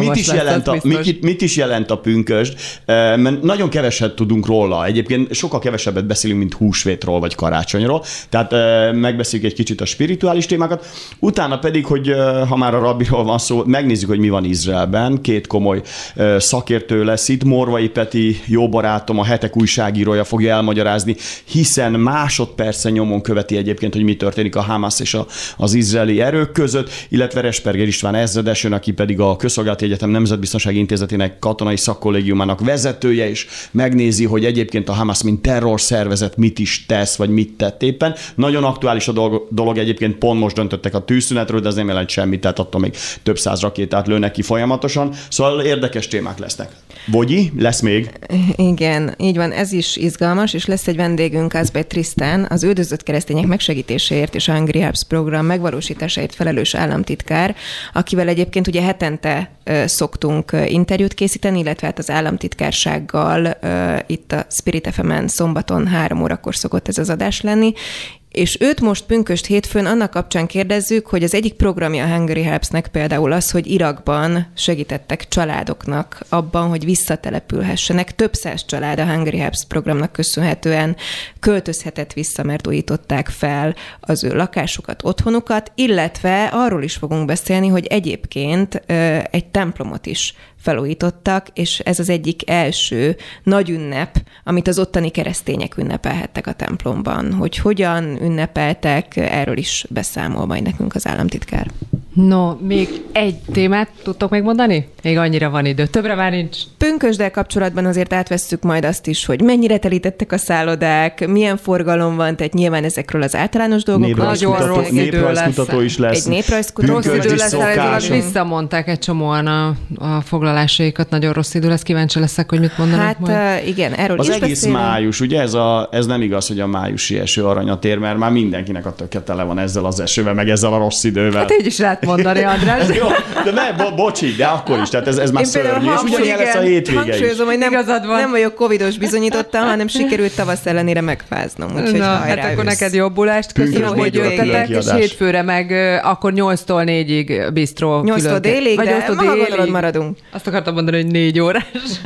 Mit is jelent a pünkösd, mert nagyon keveset tudunk róla. Egyébként sokkal kevesebbet beszélünk, mint húsvétról vagy karácsonyról. Tehát megbeszéljük egy kicsit a spirituális témákat. Utána pedig, hogy ha már a rabbiról van szó, megnézzük, hogy mi van Izraelben. Két komoly szakértő lesz itt. Morvai Peti, jó barátom, a Hetek újságírója fogja elmagyarázni, hiszen másodpercen nyomon követi egyébként, hogy mi történik a Hamas és az izraeli erők között, illetve Resperger István ezredes jön, aki pedig a Közszolgálati Egyetem Nemzetbiztonsági Intézetének katonai szakkollégiumának vezetője, és megnézi, hogy egyébként a Hamas mint terrorszervezet mit is tesz, vagy mit tett éppen. Nagyon aktuális a dolog egyébként, pont most döntöttek a tűzszünetről, de ez nem jelent semmit, tehát attól még több száz rakétát lőnek ki folyamatosan. Szóval érdekes témák lesznek. Bogyi, lesz még? Igen, így van, ez is izgalmas, és lesz egy vendégünk, Azbej Trisztán, az üldözött keresztények megsegítéséért és a Hungry Helps program megvalósításáért felelős államtitkár, akivel egyébként ugye hetente szoktunk interjút készíteni, illetve hát az államtitkársággal itt a Spirit FM-en szombaton 3 órakor szokott ez az adás lenni, és őt most pünkösd hétfőn annak kapcsán kérdezzük, hogy az egyik programja a Hungry Helpsnek például az, hogy Irakban segítettek családoknak abban, hogy visszatelepülhessenek. Több száz család a Hungry Helps programnak köszönhetően költözhetett vissza, mert újították fel az ő lakásukat, otthonukat, illetve arról is fogunk beszélni, hogy egyébként egy templomot is felújítottak, és ez az egyik első nagy ünnep, amit az ottani keresztények ünnepelhettek a templomban. Hogy hogyan ünnepeltek, erről is beszámol majd nekünk az államtitkár. No, még egy témát tudtok megmondani? Még annyira van idő. Többre már nincs. Pünkösddel kapcsolatban azért átvesszük majd azt is, hogy mennyire telítettek a szállodák, milyen forgalom van, tehát nyilván ezekről az általános dolgokról. Nagyon rossz idő lesz. Is lesz. Egy néprajzkutató. Rossz idő lesz, visszamondták egy csomóan a foglalásaikat, nagyon rossz idő lesz, kíváncsi leszek, hogy mit mondanak majd. Hát igen, erről az is egész beszélünk. május, ugye ez nem igaz, hogy a májusi eső aranyat ér, mert már mindenkinek a töke tele van ezzel az esővel, meg ezzel a rossz idővel. Hát így is lehet mondani, András. Jó, de bocsi, de akkor is, tehát ez már szörnyű, és ugyanilyen lesz a hétvége is. Hangsúlyozom, hogy nem vagyok covidos bizonyítottam, hanem sikerült tavasz ellenére megfáznom. Úgyhogy hát akkor neked jobbulást, köszönöm, hogy jöttetek, és hétfőre meg akkor 8-tól 4-ig bistró. 8-tól délig, de maga gondolod maradunk. Azt akartam mondani, hogy 4 órás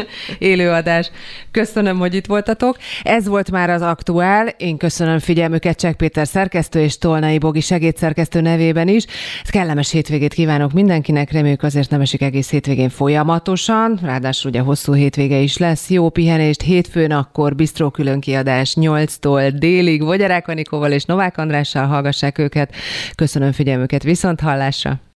élőadás. Köszönöm, hogy itt voltatok. Ez volt már az aktuál. Én köszönöm figyelmüket Csek Péter szerkesztő és Tolnai Bogi segédszerkesztő nevében is. Kellemes hétvégét kívánok mindenkinek, reméljük azért nem esik egész hétvégén folyamatosan, ráadásul ugye hosszú hétvége is lesz. Jó pihenést, hétfőn akkor bistró különkiadás 8-tól délig, Vogyarák Anikóval és Novák Andrással, hallgassák őket. Köszönöm figyelmüket, viszont hallásra!